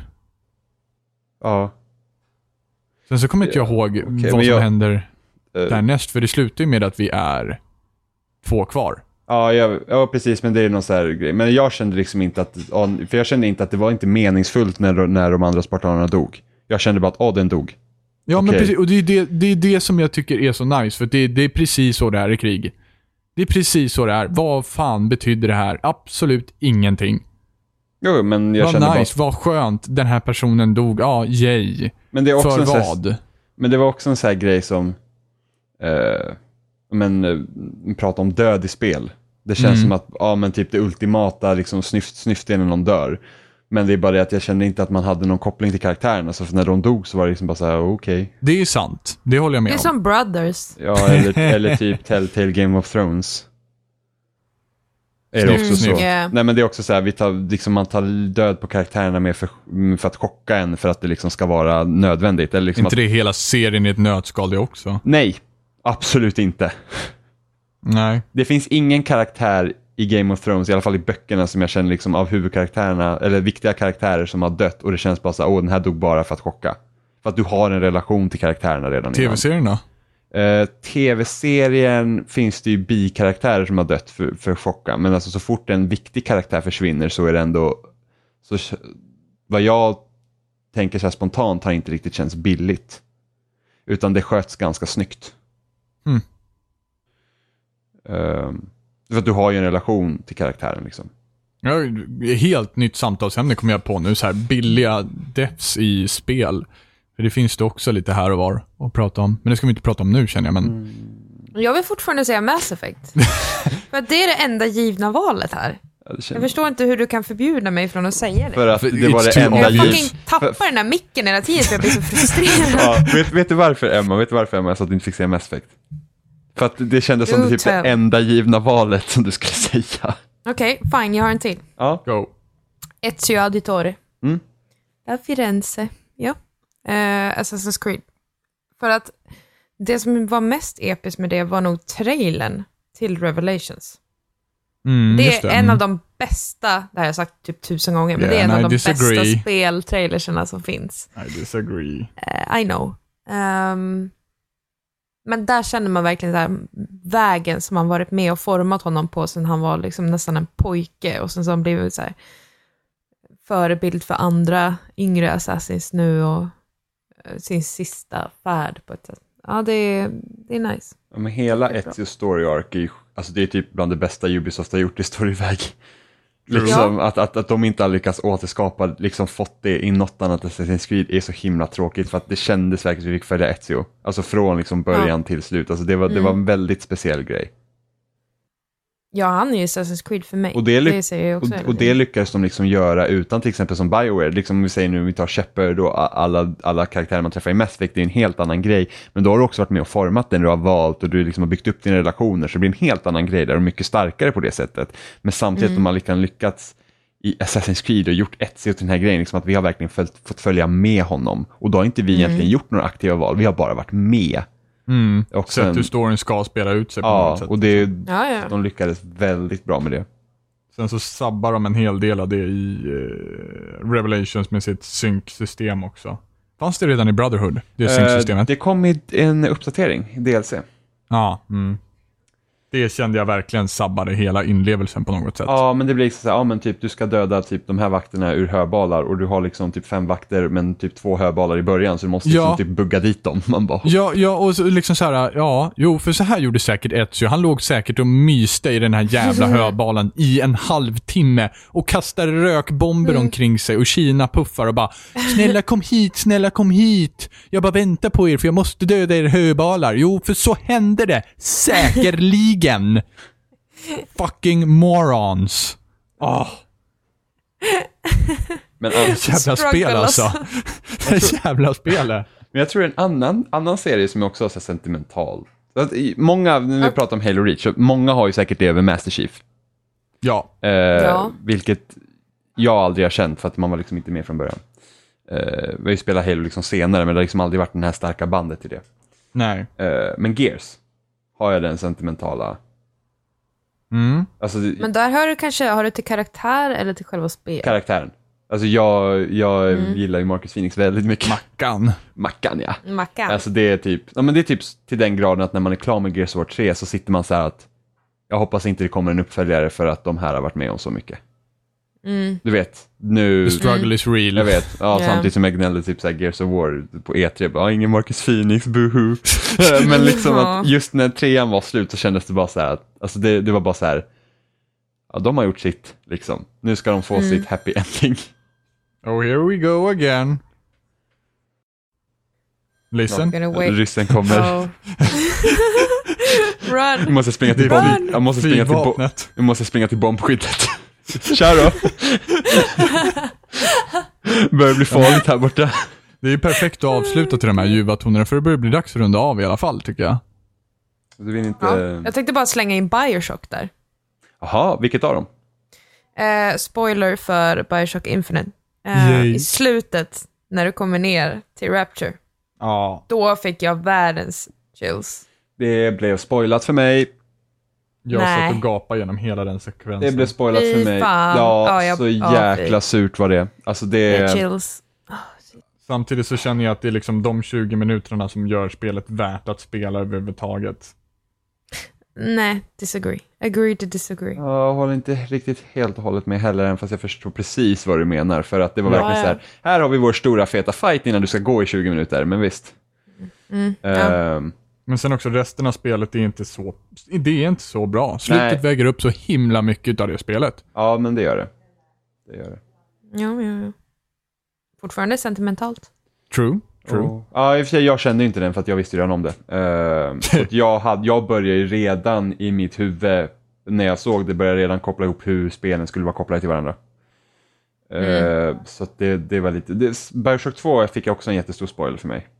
Ja. Sen så kommer inte jag ihåg vad men som jag- händer eh, därnäst. För det slutar ju med att vi är två kvar. Ja, jag, ja, precis, men det är någon så här grej. Men jag kände liksom inte att, ja, för jag kände inte att det var inte meningsfullt när, när de andra spartanerna dog. Jag kände bara att, åh, den dog. Ja, men Okej. precis. Och det är det, det är det som jag tycker är så nice. För det, det är precis så det är i krig. Det är precis så det är. Vad fan betyder det här? Absolut ingenting. Jo, men jag Vad kände nice, bara... vad skönt. Den här personen dog. Ja, yay. Men det är också För en så här, vad? men det var också en sån här grej som, eh, men eh, prata om död i spel. Det känns Mm. som att, ja, men typ det ultimata liksom snyft, snyftdelen någon dör. Men det är bara det att jag kände inte att man hade någon koppling till karaktärerna. Så för när de dog så var det liksom bara så här, okej. Det är sant. Det håller jag med Det är om. som Brothers. Ja, eller, eller typ Telltale Game of Thrones. Är det Sniff, också så? sniff. Yeah. Nej, men det är också så här, vi tar, liksom, man tar död på karaktärerna med för, för att chocka en, för att det liksom ska vara nödvändigt. Eller liksom inte att, det hela serien i ett nötskal det också? nej, absolut inte. Nej. Det finns ingen karaktär i Game of Thrones, i alla fall i böckerna, som jag känner liksom av huvudkaraktärerna, eller viktiga karaktärer som har dött, och det känns bara så här, åh, den här dog bara för att chocka. För att du har en relation till karaktärerna redan innan. Tv-serien då? Uh, tv-serien finns det ju bikaraktärer som har dött för, för chocka. Men alltså så fort en viktig karaktär försvinner så är det ändå... Så, vad jag tänker så här spontant har inte riktigt känts billigt. Utan det sköts ganska snyggt. Mm. Uh, för att du har ju en relation till karaktären liksom. Ja, helt nytt samtalsämne kommer jag på nu. Så här billiga deaths i spel. För det finns det också lite här och var att prata om. Men det ska vi inte prata om nu känner jag. Men... Mm. Jag vill fortfarande säga Mass Effect. För att det är det enda givna valet här. Ja, jag förstår inte hur du kan förbjuda mig från att säga det. För att det It's var det too enda jag obvious. fucking tappar för... den här micken hela tiden för jag blir så frustrerad. Ja, vet, vet du varför Emma? Vet du varför Emma så att du inte fick säga Mass Effect? För att det kändes som Do det, typ det enda givna valet som du skulle säga. Okej, okay, fine, jag har en till. Ja. Go. Ezio Auditore. Mm. Da Firenze. Ja. Uh, Assassin's Creed. För att det som var mest episkt med det var nog trailern till Revelations. Mm, det just är det. en Mm. av de bästa, det här har jag sagt typ tusen gånger, men Yeah, det är en I av de disagree. bästa speltrailerserna som finns. I disagree. Uh, I know. Um, men där känner man verkligen så här, vägen som han varit med och format honom på sen han var liksom nästan en pojke och sen så har han blivit så här förebild för andra yngre assassins nu och uh, sin sista färd på ett sätt. Ja, det är, det är nice. Ja, men hela Ezio story arc är ju, alltså det är typ bland det bästa Ubisoft har gjort i storyväg. Liksom Ja. att, att, att de inte har lyckats återskapa, liksom fått det i något annat Assassin's Creed är så himla tråkigt för att det kändes verkligen att vi fick följa Ezio. Alltså från liksom början Ja. till slut. Alltså det var, Mm. det var en väldigt speciell grej. Ja, han är ju Assassin's Creed för mig. Och det, lyck- det säger jag också. och, och det lyckades de liksom göra utan till exempel som BioWare. Liksom om vi säger nu, vi tar Shepard och alla, alla karaktärer man träffar i Mass Effect, det är en helt annan grej. Men då har du också varit med och format den du har valt och du liksom har byggt upp dina relationer så det blir en helt annan grej där och mycket starkare på det sättet. Men samtidigt mm. har man lyckats i Assassin's Creed och gjort Ezio till den här grejen, liksom att vi har verkligen följt, fått följa med honom. Och då har inte vi mm. egentligen gjort några aktiva val, vi har bara varit med. Mm. Och sen, så att hur storyn ska spela ut sig på ja, något sätt. Och det, ja, ja. de lyckades väldigt bra med det. Sen så sabbar de en hel del av det i uh, Revelations med sitt sync-system också. Fanns det redan i Brotherhood, det sync-systemet? Uh, det kom i en uppdatering, D L C. Ja, mm. Det kände jag verkligen sabbade hela inlevelsen på något sätt. Ja, men det blir så här, ja men typ du ska döda typ de här vakterna ur höbalar och du har liksom typ fem vakter men typ två höbalar i början så du måste ja. liksom typ bugga dit dem. Man bara... Ja, ja, och så liksom så här, ja, jo, för så här gjorde säkert Ezio. Han låg säkert och myste i den här jävla höbalen i en halvtimme och kastade rökbomber mm. omkring sig och Kina puffar och bara, snälla kom hit, snälla kom hit. Jag bara väntar på er för jag måste döda er höbalar. Jo, för så hände det. Säkerligen. Fucking morons. Åh. Oh. Men jävla spel alltså. Jävla spel. Men jag tror en annan, annan serie som är också så sentimental. Många, när vi pratar om Halo Reach, många har ju säkert det över Master Chief. Ja. Eh, ja. Vilket jag aldrig har känt för att man var liksom inte med från början. Eh, vi har ju spelat Halo liksom senare men det har liksom aldrig varit den här starka bandet till det. Nej. Eh, men Gears har jag den sentimentala. Mm. Alltså, men där har du kanske, har du till karaktär eller till själva spel? Karaktären. Alltså jag, jag mm. gillar ju Marcus Phoenix väldigt mycket. Mackan. Mackan, ja. Mackan. Alltså det är typ, ja men det är typ till den graden att när man är klar med Gears of War tre så sitter man så här att jag hoppas inte det kommer en uppföljare för att de här har varit med om så mycket. Mm. Du vet, nu... The struggle mm. is real. Jag vet, ja, yeah. samtidigt som jag gnällde typ så här Gears of War på E tre, bara, ingen Marcus Phoenix, boohoo. Men liksom att just när trean var slut så kändes det bara så här att, alltså det, det var bara så här, ja de har gjort sitt liksom, nu ska de få mm. sitt happy ending. Oh, here we go again. Listen. No, ryssen kommer. Oh. Run. Jag måste springa till bomb. Jag måste springa till bo- Jag måste springa till bombskyddet. Kör då. Börjar bli farligt här borta. Det är ju perfekt att avsluta till de här ljuva tonerna för det börjar bli dags att runda av i alla fall tycker jag. Du vill inte... Ja, jag tänkte bara slänga in Bioshock där. Jaha, vilket av dem? Eh, spoiler för Bioshock Infinite. Eh, I slutet, när du kommer ner till Rapture. Ja. Då fick jag världens chills. Det blev spoilat för mig. Jag Nej. satt och gapade genom hela den sekvensen. Det blev spoilat för mig. Fan. Ja, ja jag, så ja, jäkla surt var det. Alltså det... det chills. Oh, Samtidigt så känner jag att det är liksom de tjugo minuterna som gör spelet värt att spela överhuvudtaget. Nej, disagree. Agree to disagree. Jag håller inte riktigt helt och hållet med heller, än fast jag förstår precis vad du menar. För att det var verkligen ja, så här, här har vi vår stora feta fight innan du ska gå i tjugo minuter, men visst. Mm, ja. Um, Men sen också resten av spelet är inte så, det är inte så bra. Slutet Nej. väger upp så himla mycket av det spelet. ja, men det gör det. Det gör det. Ja, ja, ja. Fortfarande sentimentalt. True, true. Och, ja, i och för sig, jag kände inte den för att jag visste redan om det. Uh, så att jag, hade, jag började ju redan i mitt huvud, när jag såg det, började jag redan koppla ihop hur spelen skulle vara kopplade till varandra. Uh, mm. Så att det, det var lite... Det, Bioshock två fick jag också en jättestor spoiler för mig.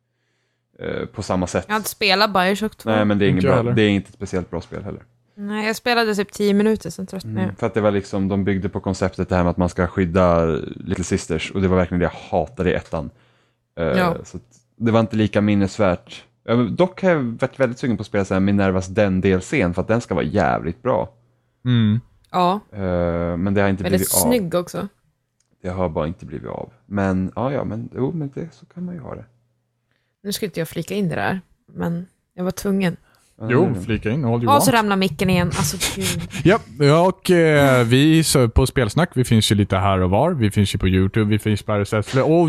Uh, på samma sätt. Jag har inte spelat Bioshock två. Nej, men det är, inte bra, det är inte ett speciellt bra spel heller. Nej, jag spelade typ tio minuter, sen tröttnade jag. Mm, för att det var liksom, de byggde på konceptet det här med att man ska skydda Little Sisters, och det var verkligen det jag hatade i ettan. Uh, ja. Så att det var inte lika minnesvärt. Uh, dock har jag varit väldigt sugen på att spela så här Minervas den delscen, för att den ska vara jävligt bra. Mm. Ja. Uh, men det har inte väldigt blivit av. snygg också. Det har bara inte blivit av. Men ja, ja, men, jo, men det, så kan man ju ha det. Nu skulle inte jag flika in det där, men jag var tvungen. Jo, flika in. All you Och want. så ramlar micken igen. Alltså, gud. Ja, och eh, vi så på Spelsnack, vi finns ju lite här och var. Vi finns ju på YouTube, vi finns på R S S-flöden. Åh, oh,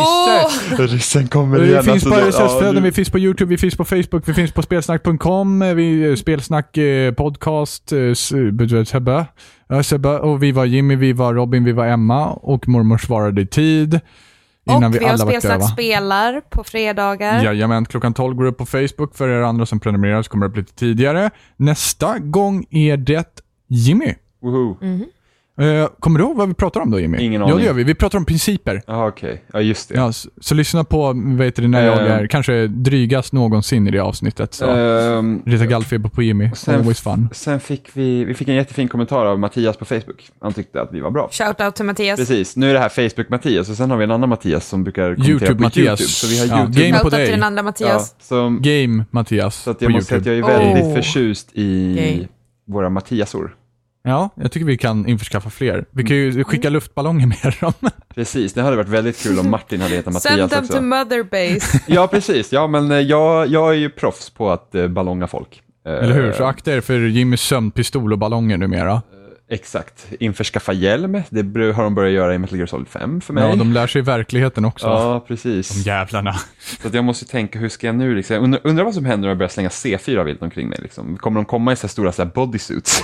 Jesus! Oh! Ryssen kommer Vi igen. finns alltså, på R S S-flöden, ja, vi finns på YouTube, vi finns på Facebook, vi finns på spelsnack punkt com, vi Spelsnack eh, podcast, eh, Sebbe, ja, Sebbe, och vi var Jimmy, vi var Robin, vi var Emma, och mormor svarade i tid. Innan och vi, vi har alla var Spelsnack döva. spelar på fredagar. Jajamän, klockan tolv går upp på Facebook. För er andra som prenumererar så kommer det upp lite tidigare. Nästa gång är det Jimmy. Woho. Mm-hmm. Uh, kommer du ihåg vad vi pratar om då, Jimmy? Ingen Ja, aning. det gör vi. Vi pratar om principer. Ja, okej. Okay. Ja, just det. Ja, så, så lyssna på, vet du, när jag Uh, är kanske drygast någonsin i det avsnittet. Så. Um, Rita gallfeber på Jimmy. sen, Always fun. Sen fick vi, vi fick en jättefin kommentar av Mattias på Facebook. Han tyckte att vi var bra. Shout out till Mattias. Precis, nu är det här Facebook-Mattias, och sen har vi en annan Mattias som brukar kommentera YouTube på Mattias. YouTube. Så vi har Ja, YouTube. game Shout på out till dig. den andra Mattias. Ja, som, Game Mattias så att på jag måste säga att YouTube. jag är väldigt Oh. förtjust i Game. våra Mattiasor. Ja, jag tycker vi kan införskaffa fler. Vi kan ju skicka luftballonger med dem. Precis, det hade varit väldigt kul om Martin hade hetat Send Mattias them också. to mother base. Ja, precis. Ja, men eh, jag, jag är ju proffs på att eh, ballonga folk. Eh, Eller hur? Så akta er för Jimmys sömnpistol och ballonger numera. Exakt. Införskaffa hjälm. Det br- har de börjat göra i Metal Gear Solid fem för mig. Ja, de lär sig i verkligheten också. Ja, precis. De jävlarna. Så att jag måste tänka, hur ska jag nu liksom, jag undrar, undrar vad som händer om jag börjar slänga C fyra vilt omkring mig liksom. Kommer de komma i så här stora så här bodysuits?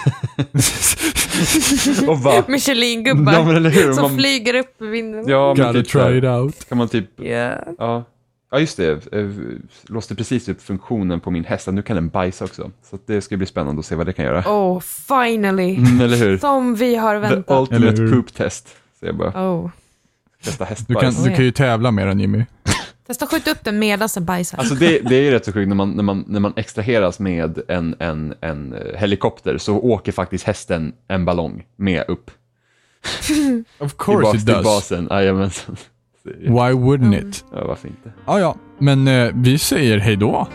Och bara, Michelin-gubbar ja, men eller hur? som Man, flyger upp i vinden. ja, men Gotta typ, så try här, it out. kan man typ, Yeah. ja. Ja, just det. Eh, låste precis upp funktionen på min häst. Nu kan den bajsa också. Så att det ska bli spännande att se vad det kan göra. Oh, finally. Mm, eller hur? Som vi har The väntat. ultimate Eller hur? poop test. Så jag bara, Oh. testa Du kan, hästbajs. du kan ju tävla med den, Jimmy. Testa skjuta upp den medan den bajsar. Alltså det, det är ju rätt så sjukt när man, när, man, när man extraheras med en, en, en eh, helikopter, så åker faktiskt hästen en ballong med upp. Of Tillbaks course it till does. basen. Jajamensan. Why wouldn't it? Ja, varför inte? Ja, ja. Men eh, vi säger hej då.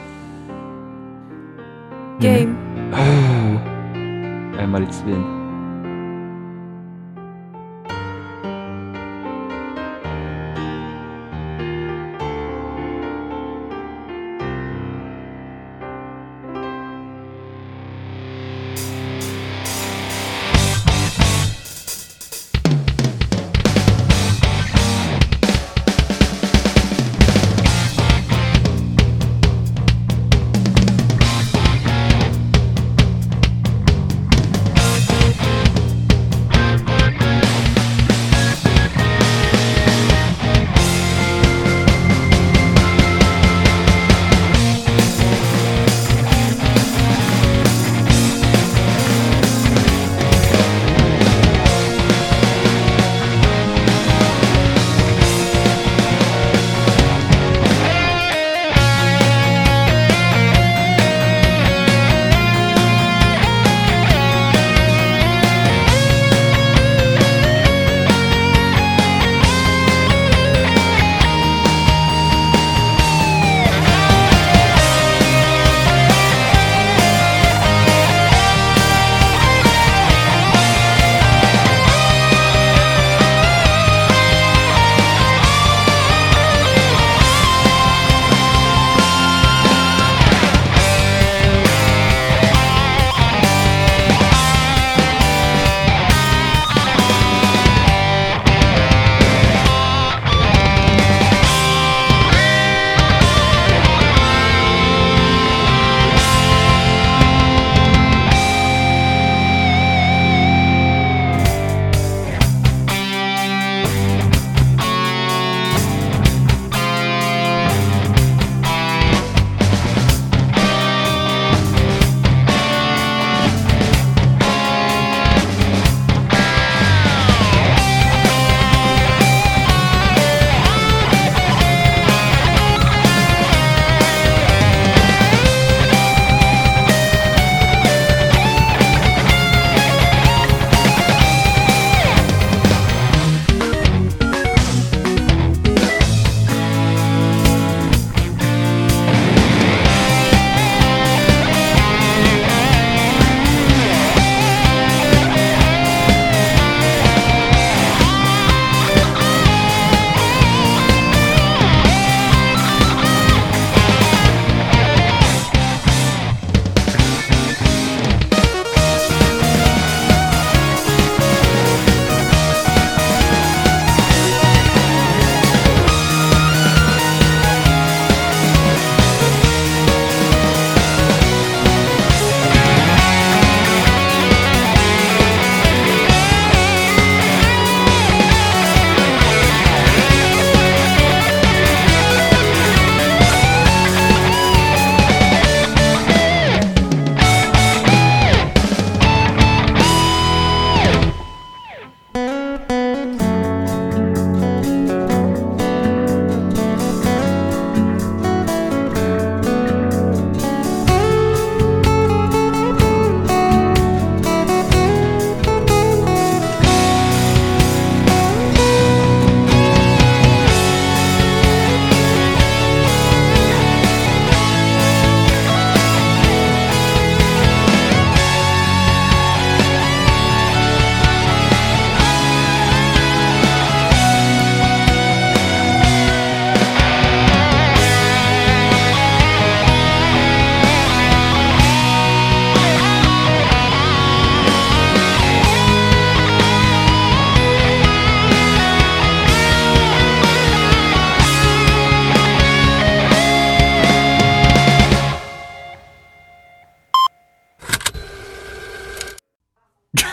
Game. Emma ditt svin.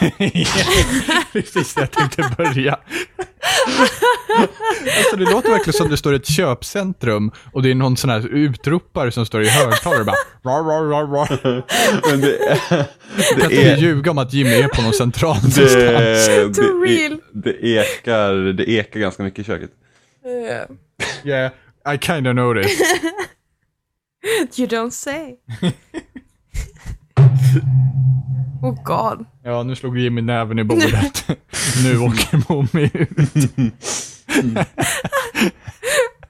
Precis det jag tänkte börja. Alltså det låter verkligen som det står ett köpcentrum och det är någon sån här utropare som står i högtalare och bara rar, rar, rar, rar. Men det, det kan inte är... vi ljuga om att Jimmy är på någon central Det, någonstans? det, det, det, ekar, det ekar ganska mycket i köket. Yeah. Yeah, I kind of noticed. You don't say. Oh god. Ja, nu slog Jimmy näven i bordet. Nu åker Mommy ut.